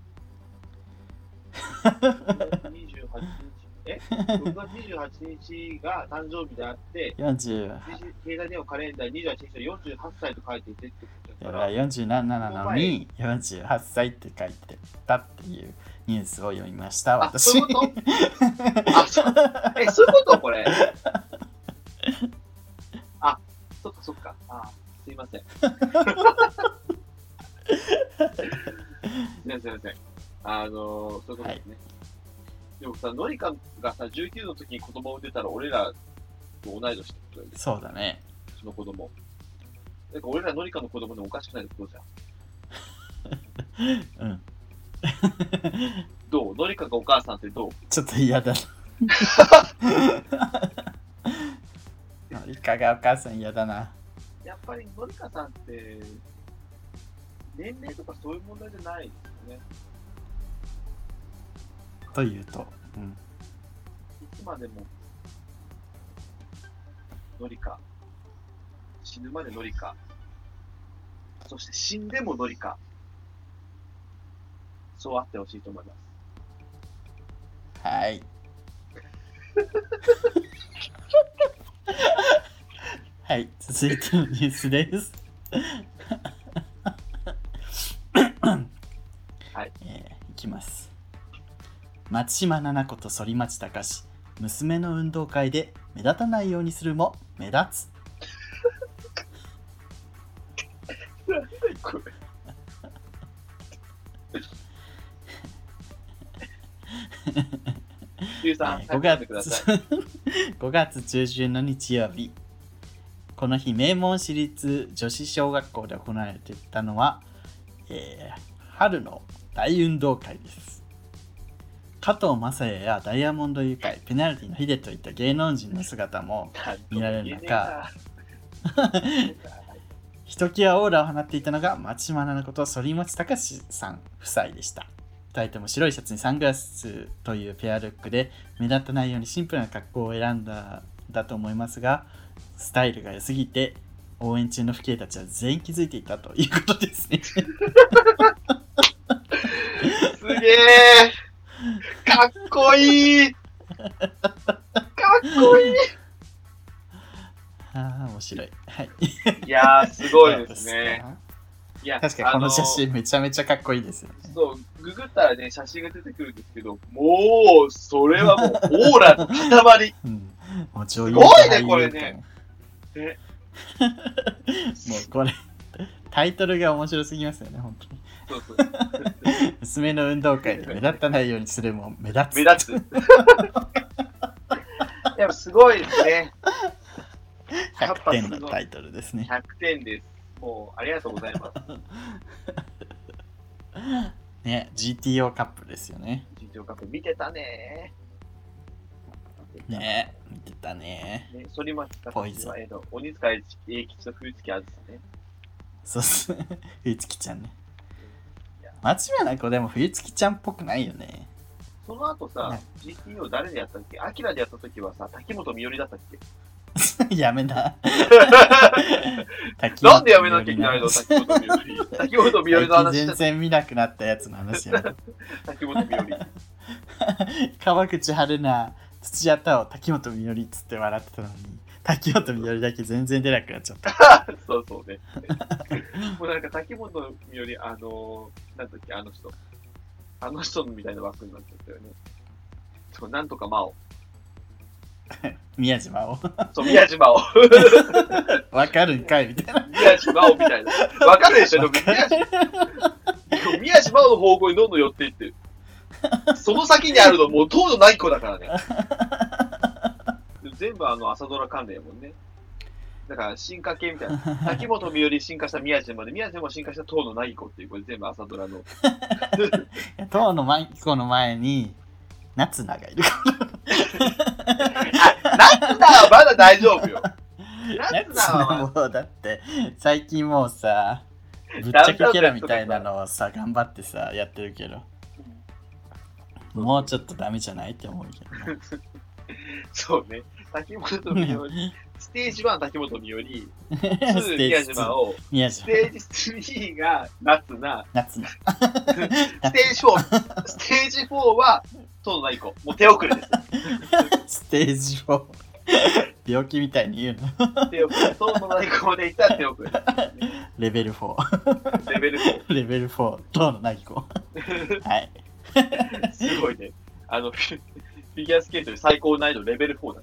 Speaker 1: 6月28日が誕生日であって、
Speaker 2: 40
Speaker 1: 経済電話カレンダー28日の48歳と書いていてってことだ
Speaker 2: だから
Speaker 1: から、
Speaker 2: 47なのに48歳って書いてたっていうニュースを読みました、
Speaker 1: あ、
Speaker 2: 私。
Speaker 1: そういうことそういうことこれ。あ、そっかそっか。すいません。すいません。そういうことですね。でもさ、のりかがさ、19の時に子供を産んでたら、俺らと同い年ってことだよね。
Speaker 2: そうだね。
Speaker 1: その子供。なんか俺らのりかの子供でもおかしくないってことじゃん。
Speaker 2: うん。
Speaker 1: どうのりかがお母さんってどう
Speaker 2: ちょっと嫌だな。のりかがお母さん嫌だな。
Speaker 1: やっぱりのりかさんって、年齢とかそういう問題じゃないですよね。
Speaker 2: というと、
Speaker 1: いつまでも、のりか、死ぬまでのりか、そして死んでものりか、そうあってほしいと思います。
Speaker 2: はい。はい、続いてのニュースです。
Speaker 1: はい。
Speaker 2: いきます。松島菜々子と反町隆史、娘の運動会で目立たないようにするも目立つ。
Speaker 1: これ
Speaker 2: 5月中旬の日曜日、この日名門私立女子小学校で行われていたのは、春の大運動会です。加藤雅也やダイヤモンドユカイ、ペナルティのヒデといった芸能人の姿も見られる中、ひときわオーラを放っていたのが松島菜々子と反町隆史さん夫妻でした。2人とも白いシャツにサングラスというペアルックで目立たないようにシンプルな格好を選んだと思いますが、スタイルが良すぎて応援中の父兄たちは全員気づいていたということですね。
Speaker 1: すげえかっこいいかっこいい
Speaker 2: 面白い。はい。
Speaker 1: いやー、すごいですね。いや、
Speaker 2: 確かにこの写真めちゃめちゃかっこいいですよね。
Speaker 1: そう、ググったらね、写真が出てくるんですけど、もう、それはもう、オーラの塊。
Speaker 2: もう女優
Speaker 1: すごいね、これね。
Speaker 2: もうこれ、タイトルが面白すぎますよね、本当に。
Speaker 1: そうそう
Speaker 2: 娘の運動会で目立たないようにするも目立つ。
Speaker 1: 目立つ。やっぱすごいですね。
Speaker 2: 100点のタイトルですね。
Speaker 1: 100点です。もう、ありがとうございます。
Speaker 2: ね、GTO カップですよね。
Speaker 1: GTO カップ見てたね。
Speaker 2: ね、見てたね。
Speaker 1: 反町隆史は鬼塚英吉と冬月あずさね。
Speaker 2: そうっす。冬月ちゃんね。松島菜々子でも冬月ちゃんっぽくないよね。
Speaker 1: その後さ、GTO 誰でやったっけ？アキラでやった時はさ、滝本美織だったっけ？
Speaker 2: やめな。
Speaker 1: なんでやめなきゃいけないの？滝本美織。滝本美織の話。
Speaker 2: 全然見なくなったやつの話や。
Speaker 1: 滝本美織。
Speaker 2: 川口春奈、土屋太鳳、滝本美織っつって笑ってたのに、滝本美織だけ全然出なくなっちゃった。
Speaker 1: そうそうね。もうなんか滝本美織、なんだっけ、あの人みたいな枠になっちゃったよね。そう、なんとか真央。
Speaker 2: 宮島を。
Speaker 1: そう、宮島を。
Speaker 2: わかるんかいみたいな。
Speaker 1: 宮島をみたいな。わかるでしょ、宮島の方向にどんどん寄っていってる。その先にあるのもう東野凪子だからね。全部朝ドラ関連やもんね。だから進化系みたいな。滝本美織進化した宮島で、宮島進化した東野凪子っていう、これ全部朝ドラの。
Speaker 2: 東野凪子の前に夏菜がいる。
Speaker 1: 夏菜はまだ大丈夫よ。
Speaker 2: 夏菜はもうだって最近もうさ、 ぶっちゃけキャラみたいなのをさ、頑張ってさ、やってるけど、もうちょっとダメじゃないって思うけどね。
Speaker 1: そうね。滝本とみより、ステージ1滝本により、
Speaker 2: ス
Speaker 1: 2宮島を、ステージ3が夏な、
Speaker 2: 夏な。
Speaker 1: ステージ4、ステージ4は、遠野なぎこ。もう手遅れです。
Speaker 2: ステージ4。病気みたいに言うの。
Speaker 1: 手遅れ。遠野なぎこまでいったら手遅れ。
Speaker 2: レベル4。
Speaker 1: レベル4。
Speaker 2: レベル4。遠野なぎこ。はい。
Speaker 1: すごいね。フィギュアスケートで最高難易度レベル4だ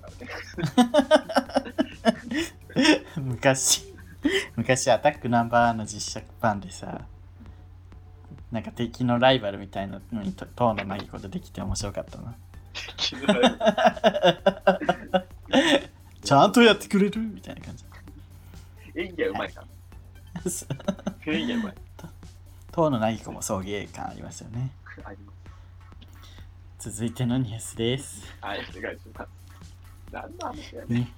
Speaker 1: からね。
Speaker 2: 昔アタックナンバーの実写版でさ、なんか敵のライバルみたいなのに遠野なぎこでできて面白かったな。ちゃんとやってくれるみたいな感じ。
Speaker 1: 演技はうまいか。演技はうまい。
Speaker 2: 遠野なぎこも送迎感ありますよね。
Speaker 1: あります。
Speaker 2: 続いてのニュースです。
Speaker 1: はい、お願いします。何の話や
Speaker 2: ね。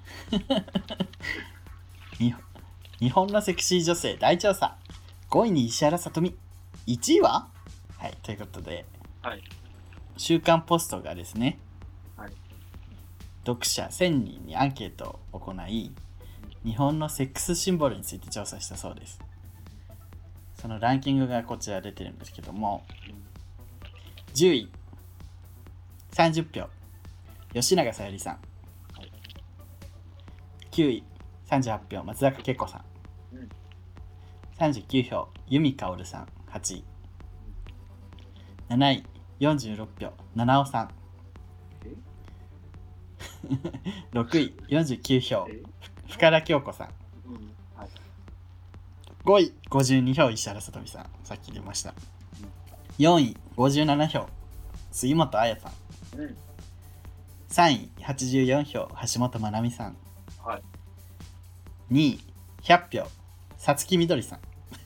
Speaker 2: 日本のセクシー女性大調査。5位に石原さとみ。1位ははい、ということで、
Speaker 1: はい、
Speaker 2: 週刊ポストがですね、
Speaker 1: はい、
Speaker 2: 読者1000人にアンケートを行い、日本のセックスシンボルについて調査したそうです。そのランキングがこちら出てるんですけども、10位30票吉永小百合さん、9位38票松坂慶子さん、39票由美かおるさん8位、7位46票七尾さん、6位49票深田恭子さん、5位52票石原さとみさん、さっき出ました。4位57票杉本彩さん、3位84票橋本まなみさん、
Speaker 1: はい、
Speaker 2: 2位100票さつきみどりさん。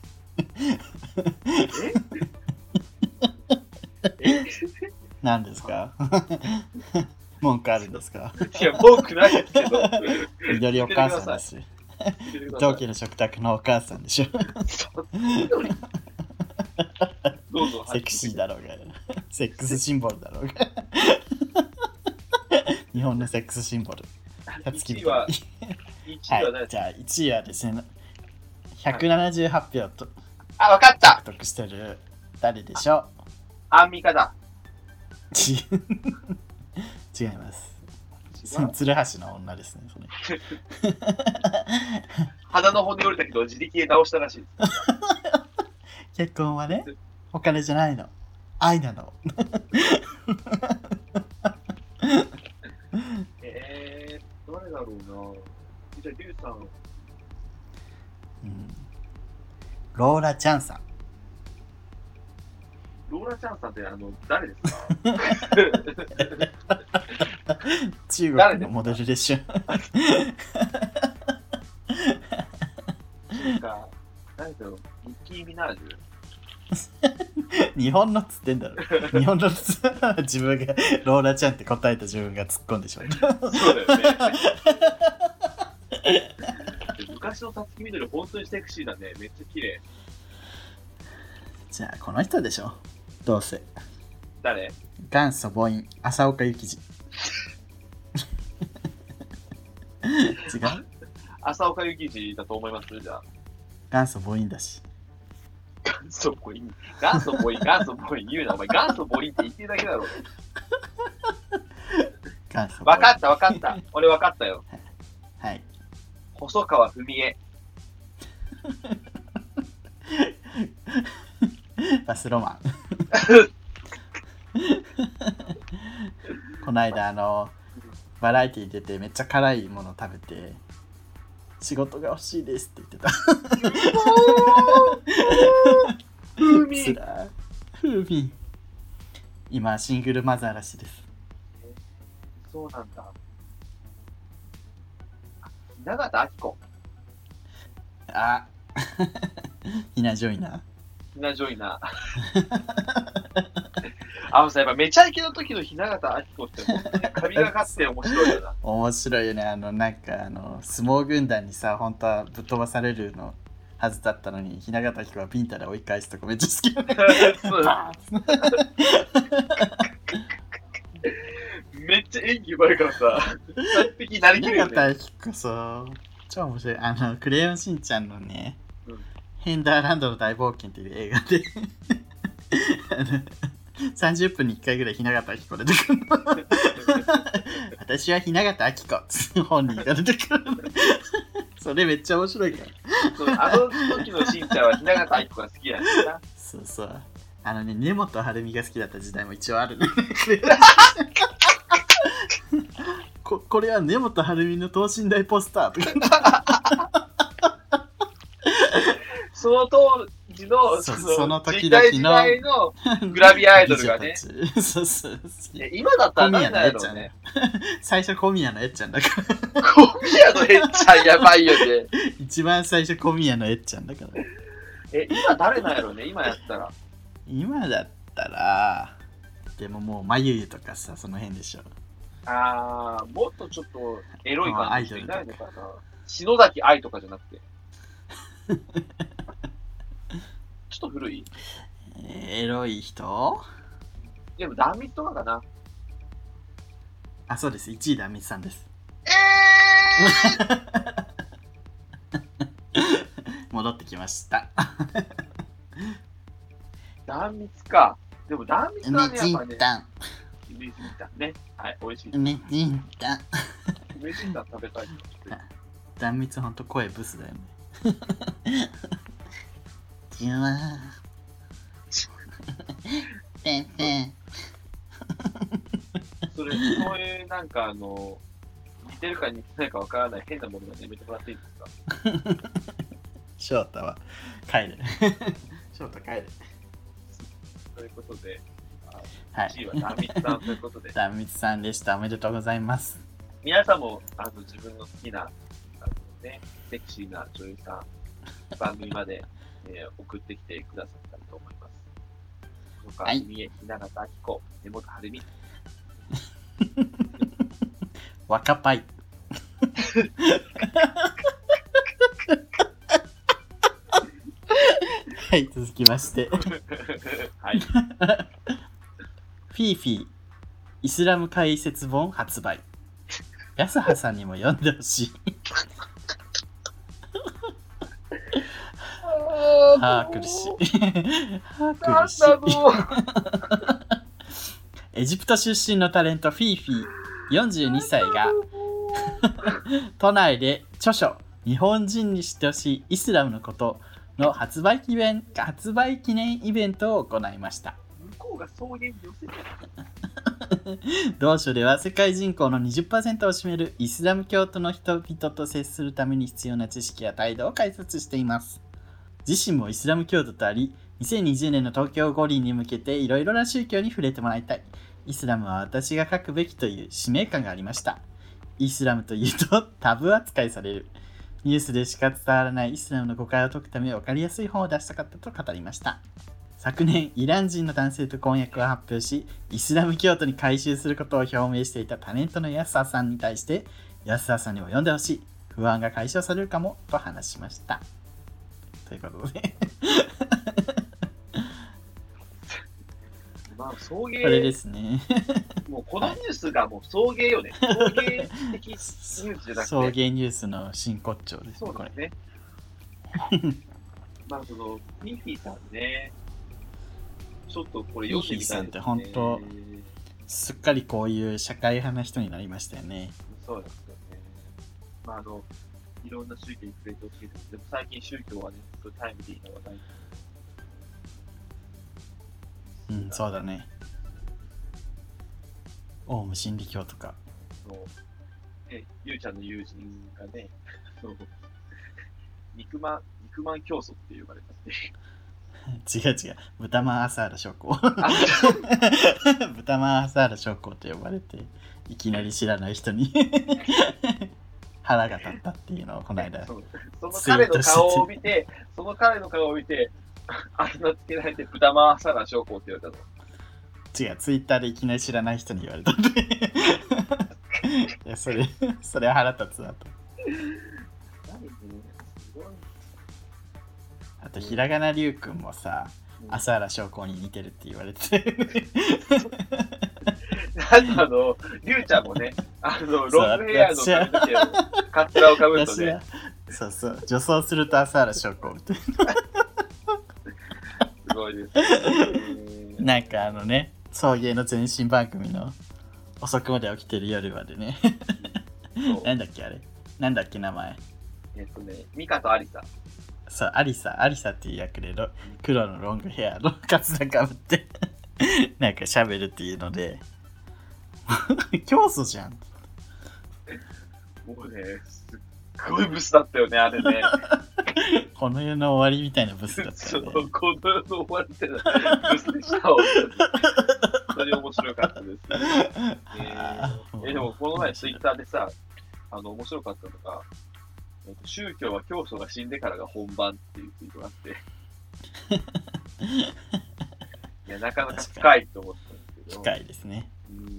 Speaker 2: 何ですか？文句あるんですか？
Speaker 1: いや、文句ないですけど。
Speaker 2: みどりお母さんです。同期の食卓のお母さんでしょ。
Speaker 1: どうぞ。
Speaker 2: セクシーだろうが、セックスシンボルだろうが。日本のセックスシンボル。
Speaker 1: 1位は
Speaker 2: はい、じゃあ1位はですね、178票と
Speaker 1: あ、わかった
Speaker 2: 獲得してる誰でしょう？
Speaker 1: アンミカだ。
Speaker 2: 違います。鶴橋の女ですね、それ。
Speaker 1: 鼻の骨折れたけど自力で直したらしい。
Speaker 2: 結婚はね、お金じゃないの。愛なの。
Speaker 1: 誰だろうな。じゃあ、リュウさん。
Speaker 2: ローラちゃんさん。
Speaker 1: ローラちゃんさんって誰ですか？
Speaker 2: 中国のモデルでしょ。
Speaker 1: なんか、誰だろう、ニッキー・ミナージュ。
Speaker 2: 日本のっつってんだろ。日本の自分がローラちゃんって答えた自分が突っ込んでしまった。
Speaker 1: そうだよね。昔のたつきみどり本当にセクシーだね。めっちゃ綺麗。
Speaker 2: じゃあこの人でしょ。どうせ。
Speaker 1: 誰？
Speaker 2: 元祖母音浅岡幸二。違う？
Speaker 1: 浅岡幸二だと思います？じゃあ。
Speaker 2: 元祖母音だし。
Speaker 1: 元祖母音元祖母音元祖母音言うな。お前元祖母音って言ってるだけだろ。分かった分かった。俺分かったよ。
Speaker 2: はい。
Speaker 1: 細川文江。
Speaker 2: バスロマン。この間バラエティ出てめっちゃ辛いもの食べて仕事が欲しいですって言ってた。
Speaker 1: 風味。
Speaker 2: 風味。今シングルマザーらしいです。
Speaker 1: そうなんだ。永田明子。
Speaker 2: あ、ひなジョイナー。
Speaker 1: ひなジョイナー。さ、やっぱめちゃイケの時の雛形明子って本当に神がかって面白いよな。
Speaker 2: 面白いよね。なんか相撲軍団にさ、本当はぶっ飛ばされるのはずだったのに、雛形彦はビンタで追い返すとこめっちゃ好きよね。
Speaker 1: そうめっちゃ演技うまいからさ、完璧になりきるよね。
Speaker 2: 雛形彦さ、超面白い。クレヨンしんちゃんのね、
Speaker 1: うん
Speaker 2: ヘンダーランドの大冒険っていう映画で30分に1回ぐらい雛形あきこ出てくるの私は雛形あきこ本人が出てくるのそれめっちゃ面白いから
Speaker 1: そうあの時のしんちゃんは雛形あきこが好きなんだな。
Speaker 2: そうそう根本晴美が好きだった時代も一応あるねこれは根本晴美の等身大ポスターとか
Speaker 1: その当時の
Speaker 2: その時
Speaker 1: 時代
Speaker 2: 々
Speaker 1: のグラビアアイドルがね。
Speaker 2: そうそう
Speaker 1: 今だったら誰だろうね。
Speaker 2: 最初小宮のえっちゃんだから
Speaker 1: 小宮のえっちゃんやばいよね。
Speaker 2: 一番最初小宮のえっちゃんだから
Speaker 1: 今誰なんやろうね、今やったら。
Speaker 2: 今だったらでももうまゆゆとかさその辺でしょ。
Speaker 1: もっとちょっとエロい感じの人いないのかな。篠崎愛とかじゃなくてちょっと古い
Speaker 2: エロい人
Speaker 1: でも壇蜜とかかな。
Speaker 2: そうです、1位壇蜜さんです戻ってきました
Speaker 1: 壇蜜か。でも壇蜜はね、やっぱね
Speaker 2: 梅じんたん
Speaker 1: ね。はい、美味しい。
Speaker 2: 梅じんたん
Speaker 1: 梅じんたん食べたい。
Speaker 2: 壇蜜ほんと声ブスだよねじわーペンペン
Speaker 1: そういうなんか似てるか似てないかわからない変なものがやめてもらっていいですか。
Speaker 2: 翔太は帰る翔太帰る
Speaker 1: ということで、
Speaker 2: はい
Speaker 1: 1位は壇蜜さんということで
Speaker 2: 壇蜜さんでした。おめでとうございます。
Speaker 1: 皆さんも自分の好きなセクシーな女優さん番組まで、送ってきてくださったらと思います。とか、はい、雛形あきこ、根本晴美
Speaker 2: 若パイはい、続きまして
Speaker 1: はい
Speaker 2: フィーフィーイスラム解説本発売。安葉さんにも読んでほしい苦しい苦しいエジプト出身のタレントフィーフィー42歳が都内で著書日本人に知ってほしいイスラムのことの発売記念イベントを行いました。
Speaker 1: 向こうが草原に寄せて
Speaker 2: 同書では世界人口の 20% を占めるイスラム教徒の人々と接するために必要な知識や態度を解説しています。自身もイスラム教徒とあり、2020年の東京五輪に向けていろいろな宗教に触れてもらいたい。イスラムは私が書くべきという使命感がありました。イスラムというとタブー扱いされる。ニュースでしか伝わらないイスラムの誤解を解くため分かりやすい本を出したかったと語りました。昨年、イラン人の男性と婚約を発表し、イスラム教徒に改宗することを表明していたタレントの安田さんに対して、安田さんにも読んでほしい。不安が解消されるかもと話しました。ということで
Speaker 1: まあ、送迎
Speaker 2: これですね
Speaker 1: もうこのニュースがもう送迎よね。送迎的ニュースじゃなくて。
Speaker 2: 送迎ニュースの真骨頂ですね。
Speaker 1: そうですね。まあ、フィーフィーさんね。ちょっとこれ読んでみたいですね。フィーフィーさんって
Speaker 2: 本当すっかりこういう社会派な人になりましたよね。
Speaker 1: そうですよね。まあいろんな宗教に触れてほしいです。でも最近宗教はね、すごいタイムリーな話題。
Speaker 2: うん、そうだね。オウム真理教とか。
Speaker 1: そう。ゆうちゃんの友人がね、肉まん教祖って呼ばれたっていう。
Speaker 2: 違う。豚まん朝原将校。豚まん朝原将校って呼ばれて、いきなり知らない人に腹が立ったっていうのをこの間
Speaker 1: その彼の顔を見てあだ名つけられて豚まん朝原将校って言われたの。
Speaker 2: 違う、ツイッターでいきなり知らない人に言われたんでいやそれは腹立つなと。 あとひらがなりゅうくんもさ、朝原将校に似てるって言われてて
Speaker 1: あとりゅうちゃんもね、ロングヘアの髪の毛をカツラをかぶるとね、
Speaker 2: そうそう、女装すると朝原将校みたいな
Speaker 1: すごいです、
Speaker 2: なんか送迎の前身番組の遅くまで起きてる夜までねなんだっけあれ、なんだっけ名前、
Speaker 1: ミカとアリサ、
Speaker 2: そう、アリサっていう役で黒のロングヘアのカツラかぶってなんか喋るっていうので教祖じゃん。
Speaker 1: もうね、すっごいブスだったよね、あれね。
Speaker 2: この世の終わりみたいなブスだったよね。
Speaker 1: そう、この世の終わりみたいなブスでした。本当に面白かったです。でも、この前ツイッターでさ、面白かったのが、宗教は教祖が死んでからが本番っていうツイートがあって、いや、なかなか深いと思ったんですけど。
Speaker 2: 深いですね。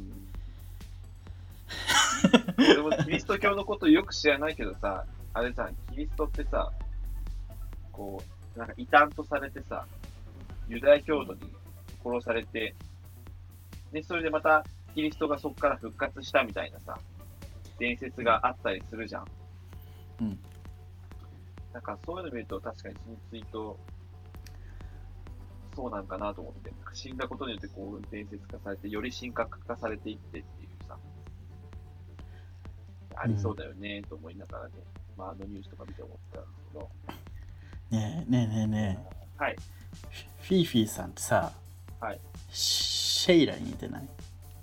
Speaker 1: 俺もキリスト教のことよく知らないけどさ、あれさ、キリストってさ、こう、なんか異端とされてさ、ユダヤ教徒に殺されて、で、それでまたキリストがそこから復活したみたいなさ、伝説があったりするじゃん。
Speaker 2: うん。
Speaker 1: なんかそういうの見ると確かにそのツイート、そうなんかなと思って、死んだことによってこう伝説化されて、より神格化されていってっていうさ、ありそうだよねと思いながらね、まあニュースとか見て思ったんですけど。
Speaker 2: ねえ、
Speaker 1: はい。
Speaker 2: フィーフィーさんってさ、
Speaker 1: はい。
Speaker 2: シェイラに似てない？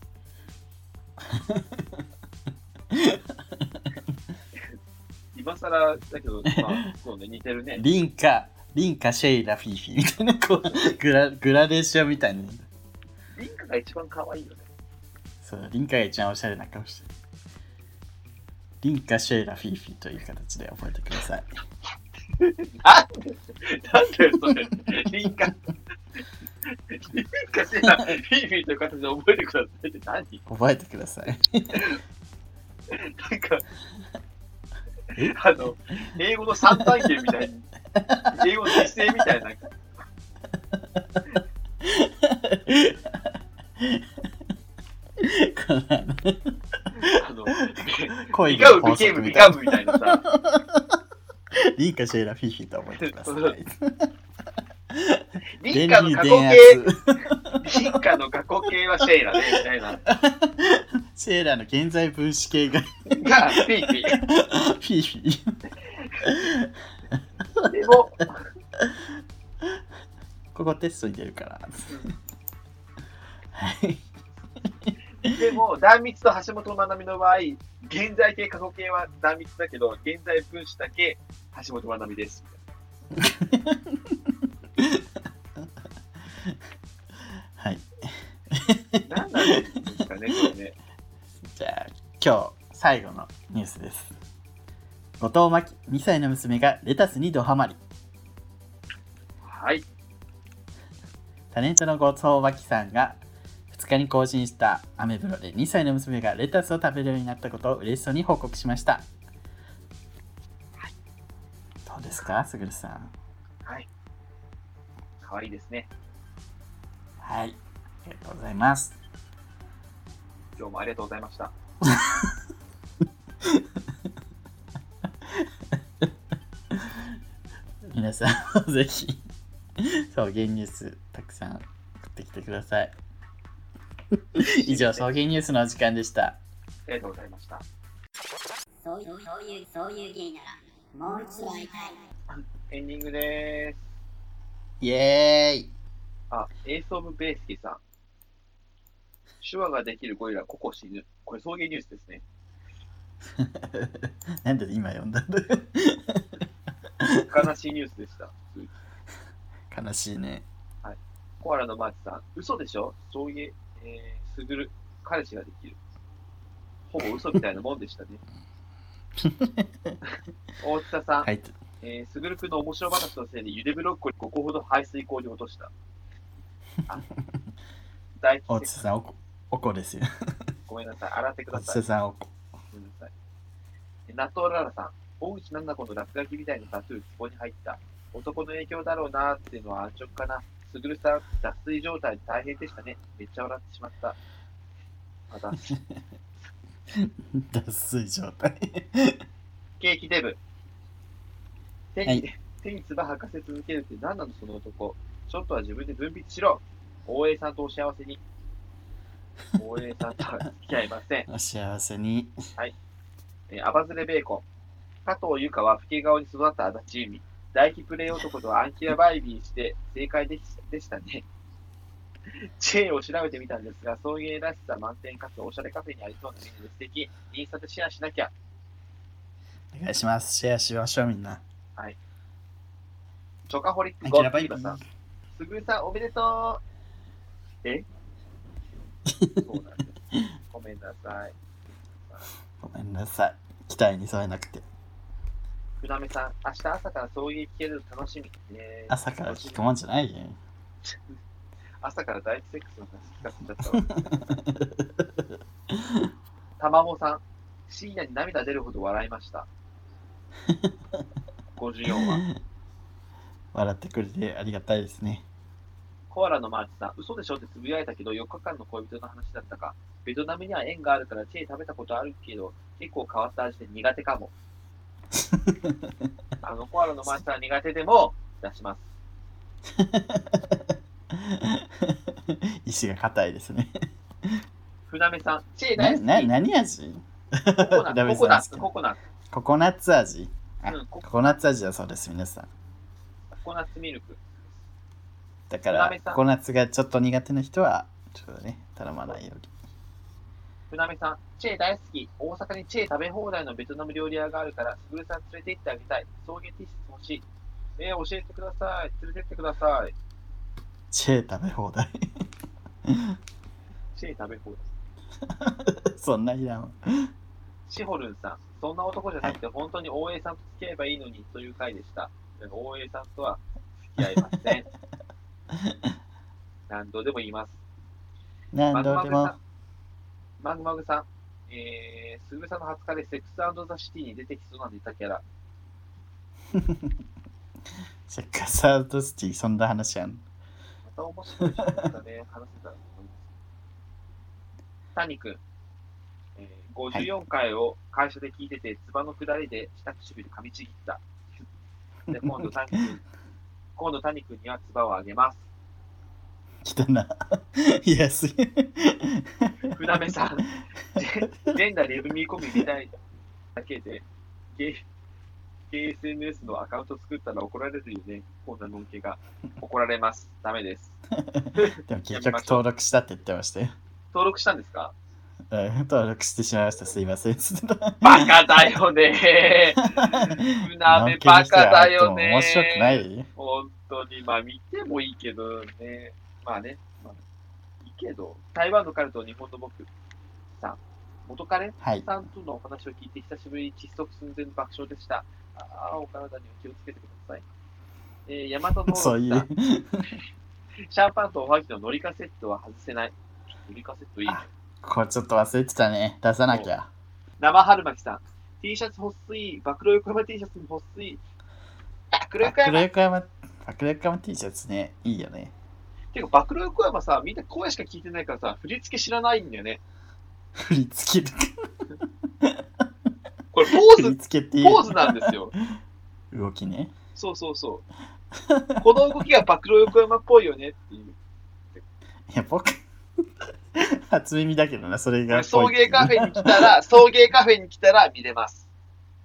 Speaker 1: 今更だけど、まあ、そうね、似てるね。
Speaker 2: リンカ、シェイラ、フィーフィーみたいな、こうグラデーションみたいな。
Speaker 1: リンカが一番可愛いよね。
Speaker 2: そう、リンカが一番おしゃれな顔してる。リンカ、シェイラ、フィーフィーという形で覚えてください。
Speaker 1: なんでそれ、リンカ、シェイラ、フィーフィーという形で覚えてくださいって何？
Speaker 2: 覚えてください。
Speaker 1: なんか、英語の三単元みたいに、英語の実勢みたいな。
Speaker 2: 恋
Speaker 1: がビケムみたいなさ。
Speaker 2: リンカ、シェイラ、フィーフィーと覚えてください。
Speaker 1: リンカの過去形、リンカの過去形はシェイラね、みたいな。
Speaker 2: シェイラの現在分子形が
Speaker 1: フィーフィー。
Speaker 2: フィーフィー。
Speaker 1: でも、
Speaker 2: ここテストに出るから。はい。
Speaker 1: でも、断密と橋本まなみの場合、現在形、過去形は断密だけど、現在分子だけ橋本まなみです。
Speaker 2: はい。
Speaker 1: 何なんですかね、これね。
Speaker 2: じゃあ、今日最後のニュースです。後藤真希2歳の娘がレタスにドハマり。
Speaker 1: はい。
Speaker 2: タレントの後藤真希さんが2日に更新したアメブロで2歳の娘がレタスを食べるようになったことを嬉しそうに報告しました。はい、どうですか、すぐるさん。
Speaker 1: はい。かわいいですね。
Speaker 2: はい。ありがとうございます。
Speaker 1: 今日もありがとうございました。
Speaker 2: 皆さんぜひ草原ニュースたくさん送ってきてください。以上、草原ニュースのお時間でした。
Speaker 1: ありがとうございました。
Speaker 3: そういう芸ならもう一度会いたい。
Speaker 1: エンディングでーす。
Speaker 2: イエーイ。
Speaker 1: エースオブベースケさん。手話ができるゴリラ、ココ死ぬ。これ、草原ニュースですね。
Speaker 2: なんで今読んだんだ
Speaker 1: 悲しいニュースでした。
Speaker 2: 悲しいね。
Speaker 1: はい。コアラのマーチさん。嘘でしょ？そういう、すぐる、彼氏ができる。ほぼ嘘みたいなもんでしたね。大塚さん。
Speaker 2: はい。
Speaker 1: すぐるくんの面白話のせいでゆでブロッコリー5個ほど排水口に落とした。大
Speaker 2: 大津さん、おこですよ。
Speaker 1: ごめんなさい。洗ってください。
Speaker 2: 大津さん、おこ。
Speaker 1: ごめんなさい。納豆ララさん。大内なんだこの落書きみたいなタトゥー、ツボに入った。 男の影響だろうなっていうのは安直かな。すぐるさん、脱水状態で大変でしたね。めっちゃ笑ってしまった。私。
Speaker 2: 脱水状態。
Speaker 1: ケーキデブ。手に、
Speaker 2: はい
Speaker 1: 手に唾吐かせ続けるって何なのその男。ちょっとは自分で分泌しろ。大江さんとお幸せに。大江さんとは付き合いません。
Speaker 2: お幸せに。
Speaker 1: アバズレベーコン。加藤由香は老け顔に育った足立由美。大気プレイ男とアンキラバイビーして正解でしたね。チェーンを調べてみたんですが、送迎らしさ満点かつおしゃれカフェにありそうなメニューで素敵。インスタでシェアしなきゃ。
Speaker 2: お願いします。シェアしましょうみんな。
Speaker 1: チョカホリック
Speaker 2: ア
Speaker 1: ゴッ
Speaker 2: キラバイビー
Speaker 1: ティバさん。すぐるさんおめでとう。そうなんです。ごめんなさい。
Speaker 2: ごめんなさい。期待に添えなくて。
Speaker 1: 船目さん、明日朝から送迎聞けるの楽しみ。
Speaker 2: 朝から聞くもんじゃないよ。
Speaker 1: 朝から第一セックスの話聞かせちゃったわ。たまもさん、深夜に涙出るほど笑いました。54話。
Speaker 2: 笑ってくれてありがたいですね。
Speaker 1: コアラのマーチさん、嘘でしょってつぶやいたけど、4日間の恋人の話だったか。ベトナムには縁があるからチェー食べたことあるけど、結構変わった味で苦手かも。コアラのマーチさん苦手でも出します。
Speaker 2: 意志が硬いですね。
Speaker 1: 船目さん、チェー大好き。
Speaker 2: 何味？
Speaker 1: ココナッツ。
Speaker 2: ココナッツ味。
Speaker 1: コ
Speaker 2: ココナッツ味だそうです、皆さん。
Speaker 1: ココナッツミルク。
Speaker 2: だから、ココナッツがちょっと苦手な人は、ちょっとね、頼まないように。
Speaker 1: 船目さん、チェー大好き。大阪にチェー食べ放題のベトナム料理屋があるから、すぐるさん連れて行ってあげたい。送迎 T シャツ欲しい。教えてください。連れてってください。
Speaker 2: チェー食べ放題。
Speaker 1: チェー食べ放題。
Speaker 2: そんないらん。
Speaker 1: シホルンさん、そんな男じゃなくて、本当に大江さんと付き合えばいいのにという回でした。大江さんとは付き合いません。何度でも言います。
Speaker 2: 何度でも。
Speaker 1: マグマグさん、すぐるさんの20日でセックス&ザ・シティに出てきそうなネタキャラ。
Speaker 2: セックス&ザ・シティ、そんな話やん。
Speaker 1: また面白いし、またね、話せたらと思います。谷君、54回を会社で聞いてて、つばの下りで下唇噛みちぎった。で、今度谷君にはつばをあげます。
Speaker 2: 来たな。いや、すげえ。
Speaker 1: 船目さん、全裸レブミ込みみたいだけで、KSNS のアカウント作ったら怒られるよね。こんなのんけが。怒られます。ダメです。
Speaker 2: でも結局登録したって言ってましたよ。
Speaker 1: 登録したんですか？
Speaker 2: 登録してしまいました。すいません。
Speaker 1: バカだよね。船目バカだよね。
Speaker 2: 面白くない？
Speaker 1: 本当に。まあ見てもいいけどね。まあね。いいけど、台湾の彼と日本の僕さん、元彼さんとのお話を聞いて久しぶりに窒息寸前の爆笑でした。お体には気をつけてください。大和の
Speaker 2: そういう。
Speaker 1: シャンパンとおはぎのノリカセットは外せない。ノリカセットいいね。
Speaker 2: これちょっと忘れてたね。出さなきゃ。
Speaker 1: 生春巻さん。T シャツ欲しい。暴露横山 T シャツも欲しい。暴露
Speaker 2: 横山 T シャツね。いいよね。
Speaker 1: てか、暴露横山さ、みんな声しか聞いてないからさ、振り付け知らないんだよね。
Speaker 2: 振り付け
Speaker 1: これポーズなんですよ。
Speaker 2: 動きね。
Speaker 1: そう。この動きが暴露横山っぽいよねっていう。
Speaker 2: いや、僕、初耳だけどな、それが。
Speaker 1: 送迎カフェに来たら見れます。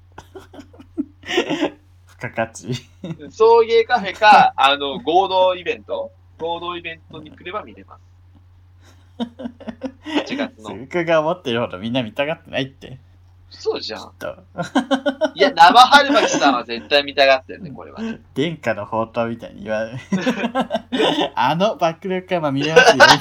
Speaker 2: 付加価値。
Speaker 1: 送迎カフェか、合同イベントに来れば見れます。8月の。
Speaker 2: 僕が思ってるほどみんな見たがってないって。
Speaker 1: そうじゃん。いや、生春巻さんは絶対見たがってるね、これはね。
Speaker 2: 殿下の宝刀みたいに言われる。暴露横山見れますよ。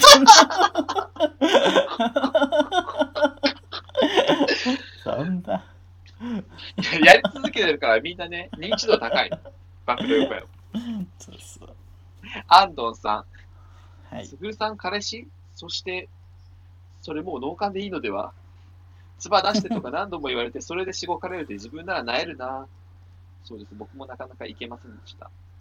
Speaker 2: そんな。
Speaker 1: やり続けてるからみんなね、認知度高い。暴露横山。
Speaker 2: そう。
Speaker 1: アンドンさん。
Speaker 2: はい。
Speaker 1: すぐるさん彼氏？そして、それもう脳幹でいいのでは？唾出してとか何度も言われて、それでしごかれるって自分なら萎えるな。そうです、僕もなかなかいけませんでした。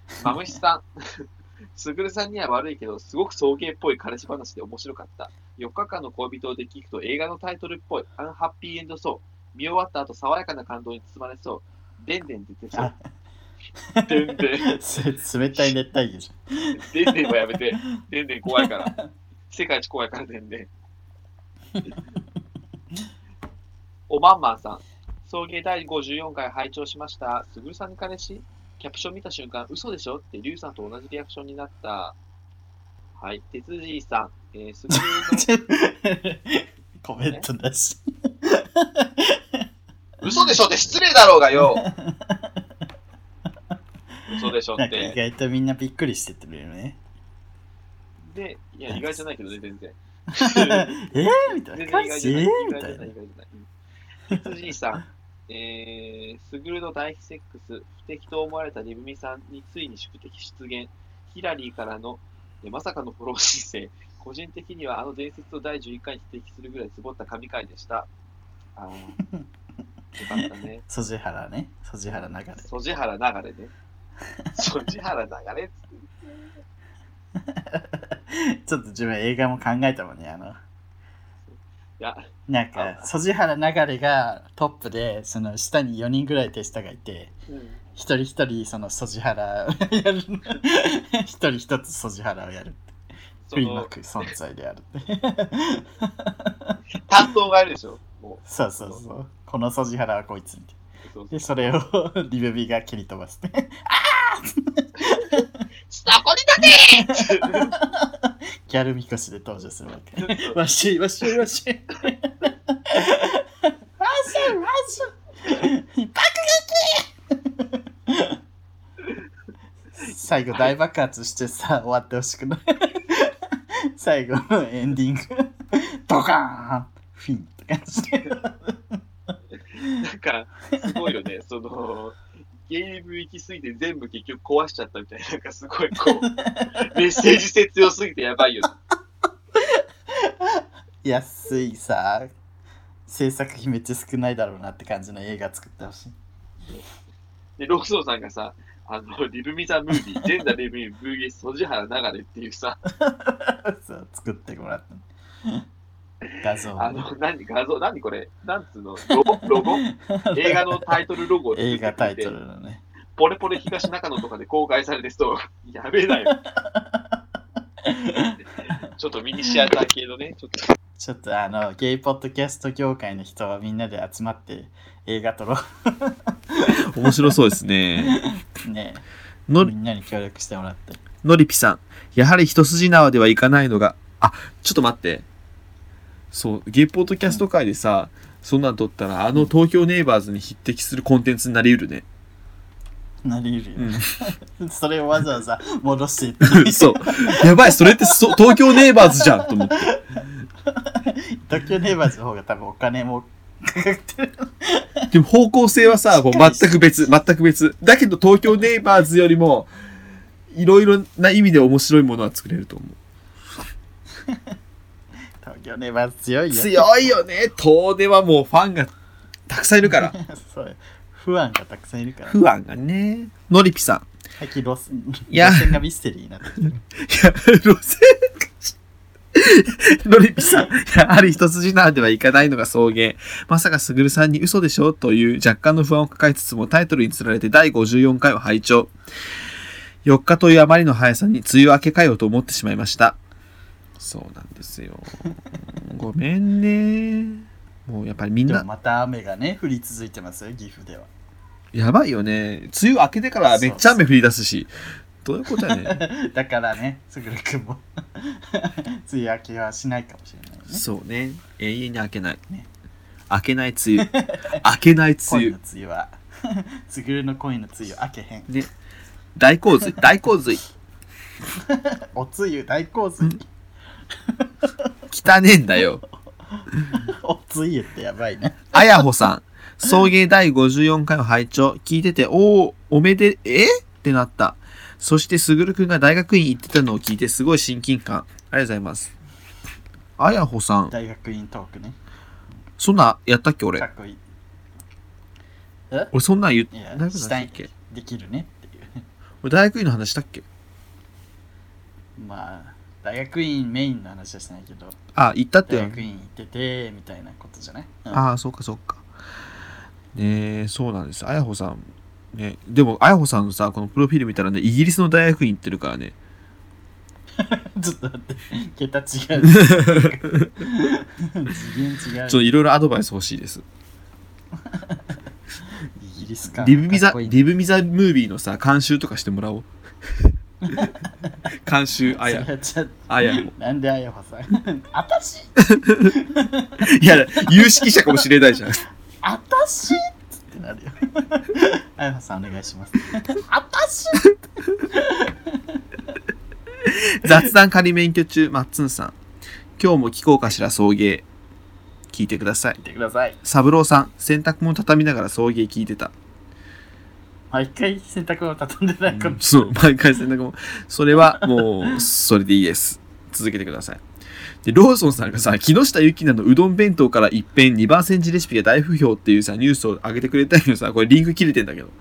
Speaker 1: マムシさん。すぐるさんには悪いけど、すごく送迎っぽい彼氏話で面白かった。4日間の恋人で聞くと映画のタイトルっぽい、アンハッピーエンドそう。見終わった後、爽やかな感動に包まれそう。でんでん出てそう。でんでん。
Speaker 2: 冷たい熱帯魚じ
Speaker 1: でんでんはやめて。でんでん怖いから。世界一怖いからでんでん。おまんまんさん。送迎第54回拝聴しました。すぐるさんに彼氏キャプション見た瞬間、嘘でしょってリュウさんと同じリアクションになった。はい。鉄じさん。すぐる
Speaker 2: ゃん。コメントなし。
Speaker 1: 嘘でしょって失礼だろうがよ。嘘でしょっ
Speaker 2: なんか意
Speaker 1: て。
Speaker 2: 外とみんなびっくりしててるよね。
Speaker 1: で、いや、意外じゃないけどね、全然。
Speaker 2: みたいな。
Speaker 1: 全然意外じゃない。意外じゃない、意
Speaker 2: みたいな。
Speaker 1: 外じゃない。鉄じさん。すぐるの大セックス、不適と思われたリブミさんについに宿敵出現。ヒラリーからの、まさかのフォロー申請。個人的にはあの伝説を第11回に匹敵するぐらいつぼった神回でした。あー、よかったね。
Speaker 2: ソジハラね。ソジハラ流れ。
Speaker 1: ソジハラ流れね。ソジハラ流れっつって。
Speaker 2: ちょっと自分映画も考えたもんね。
Speaker 1: いや、
Speaker 2: なんか、ソジハラ流れがトップで、その下に4人ぐらい手下がいて、一人一人そのソジハラをやる。一人一つソジハラをやる。振りまく存在である。
Speaker 1: 担当がいるでしょ。もう
Speaker 2: そうそうそう。このソジハラはこいつみたい
Speaker 1: そうそう
Speaker 2: で、それをリブビが蹴り飛ばして。
Speaker 1: そこに立て
Speaker 2: ギャルみこしで登場するわけ。わしわしわし。わしわし。爆撃最後大爆発してさ、終わってほしくない。最後のエンディング。ドカーンフィンって感じで。
Speaker 1: なんか、すごいよね。その、ゲーム行き過ぎて全部結局壊しちゃったみたいな、なんかすごいこう、メッセージ性強すぎてやばいよね。
Speaker 2: 安いさ、制作費めっちゃ少ないだろうなって感じの映画作ってほしい。
Speaker 1: で、ローソンさんがさ、リブミザムービー、ジェンダーレビュー、ブーゲース、ソジハラ流れっていうさ、
Speaker 2: そう作ってもらった。画像、
Speaker 1: 画像、何これなんつうのロゴ映画のタイトルロゴ
Speaker 2: 映画タイトルのね。
Speaker 1: ポレポレ東中野とかで公開されてそう。やべえなよ。ちょっとミニシアター系のね、ちょっと
Speaker 2: ゲイポッドキャスト業界の人はみんなで集まって映画撮ろう。
Speaker 4: 面白そうですね。
Speaker 2: ね
Speaker 4: の
Speaker 2: みんなに協力してもらって。
Speaker 4: のりぴさん、やはり一筋縄ではいかないのが、ちょっと待って。そう、ゲイポッドキャスト界でさ、そんなん撮ったら、東京ネイバーズに匹敵するコンテンツになりうるね。
Speaker 2: なりうるよ、それをわざわざ戻して
Speaker 4: そう。やばい、それって東京ネイバーズじゃんと思って。
Speaker 2: 東京ネイバーズの方が多分お金もかかってる。
Speaker 4: でも方向性はさ、こう全く別。だけど東京ネイバーズよりも、いろいろな意味で面白いものは作れると思う。
Speaker 2: 東京ネイバーズ強いよ。
Speaker 4: 強いよね。東電はもうファンがたくさんいるから。
Speaker 2: そう不安がたくさんいるから。
Speaker 4: 不安がね。のりぴさん。
Speaker 2: 最近路線がミステリーになってきてる。
Speaker 4: いや、路線のりぴさん。やはり一筋縄ではいかないのが送迎。まさかすぐるさんに嘘でしょという若干の不安を抱えつつもタイトルにつられて第54回を拝聴。4日というあまりの速さに梅雨明けかよと思ってしまいました。そうなんですよ。ごめんね。もうやっぱりみんな。
Speaker 2: でもまた雨がね、降り続いてますよ、岐阜では。
Speaker 4: やばいよね。梅雨明けてからめっちゃ雨降り出すし。どういうことやね。
Speaker 2: だからね、すぐるくんも梅雨明けはしないかもしれないね。
Speaker 4: そうね。永遠に明けない。
Speaker 2: ね、
Speaker 4: 明けない梅雨。明けない梅雨。
Speaker 2: 恋の梅雨は、すぐるの恋の梅雨明けへん。
Speaker 4: ね。大洪水。
Speaker 2: お梅雨大洪水。
Speaker 4: 汚ねえんだよ。
Speaker 2: お梅雨ってやばいね。
Speaker 4: あやほさん。送迎第54回を拝聴。聞いてて、おめで、ってなった。そして、すぐるくんが大学院行ってたのを聞いて、すごい親近感。ありがとうございます。あやほさん。
Speaker 2: 大学院トークね。
Speaker 4: そんな、やったっけ俺。
Speaker 2: かっこいい。
Speaker 4: 俺そんなん言って、
Speaker 2: いや、
Speaker 4: 大学
Speaker 2: したい
Speaker 4: だっけ
Speaker 2: できるねっていう。
Speaker 4: 大学院の話したっけ？
Speaker 2: まあ大学院メインの話はしてないけど、
Speaker 4: あ、行ったって
Speaker 2: 大学院行っててみたいなことじゃない？
Speaker 4: ああ、そうかそうか。ねえ、そうなんです。あやほさん。ね、でも、あやほさんのさ、このプロフィール見たらね、イギリスの大学院行ってるからね。
Speaker 2: ちょっと待って、桁違う。次元違う。
Speaker 4: ちょっといろいろアドバイス欲しいです。
Speaker 2: イギリスか。
Speaker 4: リブミザ
Speaker 2: かっこいい
Speaker 4: ムービーのさ、監修とかしてもらおう。監修、あや。あやほ。
Speaker 2: なんであやほさん。あたし
Speaker 4: いや、有識者かもしれないじゃん。
Speaker 2: あたしってなるよ。あやほさんお願いします。あたし
Speaker 4: 雑談仮免許中、マッツンさん。今日も聞こうかしら送迎。聞いてください。
Speaker 2: 見てください。
Speaker 4: サブローさん、洗濯物畳みながら送迎聞いてた。
Speaker 2: 毎回洗濯物畳んでないかも。
Speaker 4: そう、毎回洗濯物。それはもう、それでいいです。続けてください。で、ローソンさんがさ、木下ゆきなのうどん弁当から一変2番センチレシピが大不評っていうさ、ニュースを上げてくれたけどさ、これリンク切れてんだけど。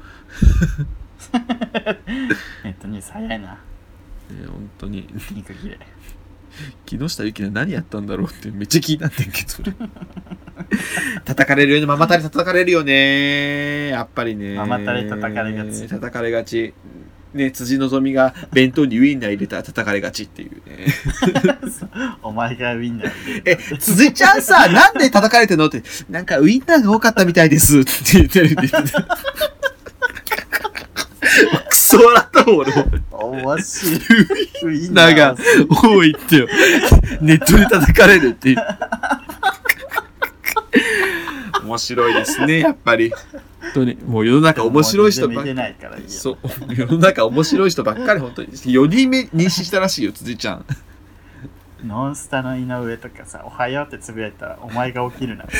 Speaker 2: ニュース早いな。
Speaker 4: 本当に。
Speaker 2: リンク切れ。
Speaker 4: 木下ゆきな何やったんだろうってめっちゃ気になってんけど。叩かれるよね。ママタレ叩かれるよね。やっぱりね。
Speaker 2: ママタレ叩かれがち。
Speaker 4: 叩かれがち。ね、辻希美が弁当にウインナー入れたら叩かれがちっていうね。
Speaker 2: お前がウインナー入れる。
Speaker 4: 辻ちゃんさ、なんで叩かれてんのって、なんかウインナーが多かったみたいですって言ってるんで。クソ笑ったもん、俺も。
Speaker 2: 面白い。
Speaker 4: ウインナーが多いってよ。ネットで叩かれるっていう。面白いですね、やっぱり。本当にもう世の中面白い人ばっかり。そう、世の中面白い人ばっかり、本当に。4人目妊娠したらしいよ、辻ちゃん。
Speaker 2: ノンスタの井上とかさ、おはようってつぶやいたら、お前が起きるなんて。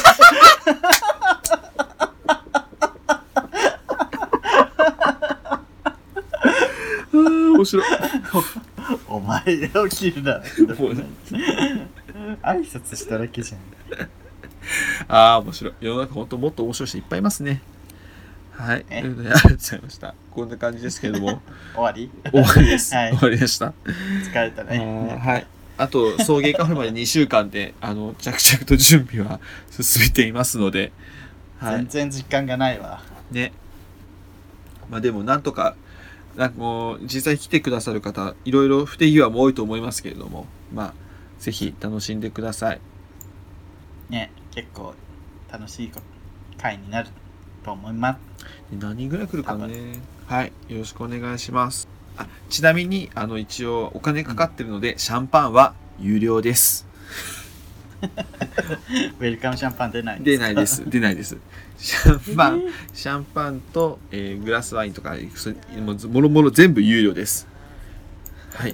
Speaker 4: 面白い。
Speaker 2: お前が起きるな。挨拶しただけじゃん。
Speaker 4: ああ、面白い。世の中本当もっと面白い人いっぱいいますね。はい。ということで、ありがとうございました。こんな感じですけれども。
Speaker 2: 終わり？
Speaker 4: 終わりです。
Speaker 2: はい、
Speaker 4: 終わりでした。
Speaker 2: 疲れたね。
Speaker 4: はい。あと、送迎カフェまで2週間で、着々と準備は進めていますので。
Speaker 2: はい、全然実感がないわ。
Speaker 4: ね。まあでも、なんとか、もう、実際来てくださる方、いろいろ不手際も多いと思いますけれども、まあ、ぜひ楽しんでください。
Speaker 2: ね、結構楽しい回になると思います。
Speaker 4: 何人ぐらい来るかね。はい、よろしくお願いします。ちなみに一応お金かかってるので、シャンパンは有料です。
Speaker 2: ウェルカムシャンパン出ないん
Speaker 4: ですか？出ないです。シャンパンと、グラスワインとかもろもろ全部有料です。はい。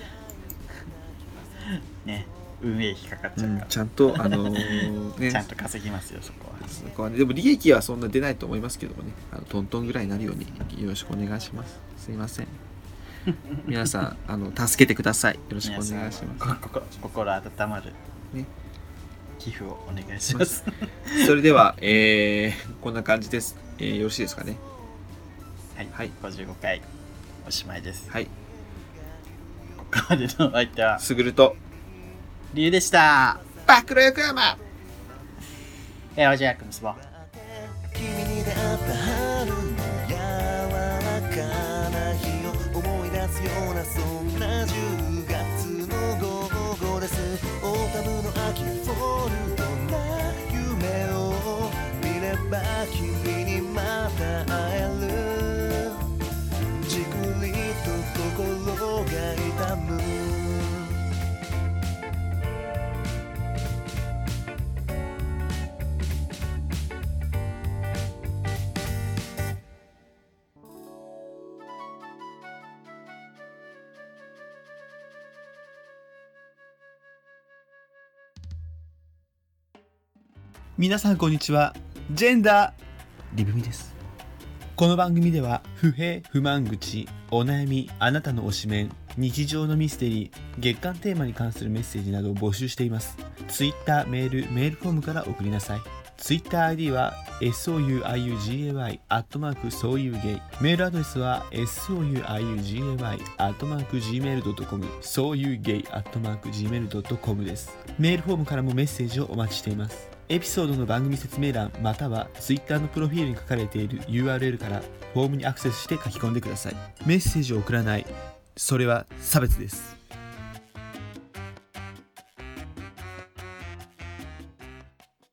Speaker 2: ね。運営費かかっちゃうから、
Speaker 4: ちゃんと
Speaker 2: ね、ちゃんと稼ぎますよ、そこはね。
Speaker 4: でも利益はそんな出ないと思いますけどもね、トントンぐらいになるようによろしくお願いします。すいません。皆さん助けてください。よろしくお願いします。
Speaker 2: 心温まる、ね、寄付をお願いします。
Speaker 4: それでは、こんな感じです。よろしいですかね。
Speaker 2: はい、55回おしまいです。
Speaker 4: はい。
Speaker 2: ここまでのお相手は
Speaker 4: すぐると
Speaker 2: りゅうでした。
Speaker 4: 暴露横山。
Speaker 2: おじゃあく結ぼう。
Speaker 5: 君に出会った春の柔らかな日を思い出すようなそんな10月の午後です。オータムの秋フォルトな夢を見れば君にまた会える。じくりと心が痛む。
Speaker 4: 皆さんこんにちは。ジェンダーリブミです。この番組では不平不満口お悩みあなたの推しメン日常のミステリー、月間テーマに関するメッセージなどを募集しています。Twitter、メールフォームから送りなさい。TwitterID は souyugay@souyugay。メールアドレスは souyugay@gmail.com、souyugay@gmail.com です。メールフォームからもメッセージをお待ちしています。エピソードの番組説明欄または Twitter のプロフィールに書かれている URL からフォームにアクセスして書き込んでください。メッセージを送らない、それは差別です。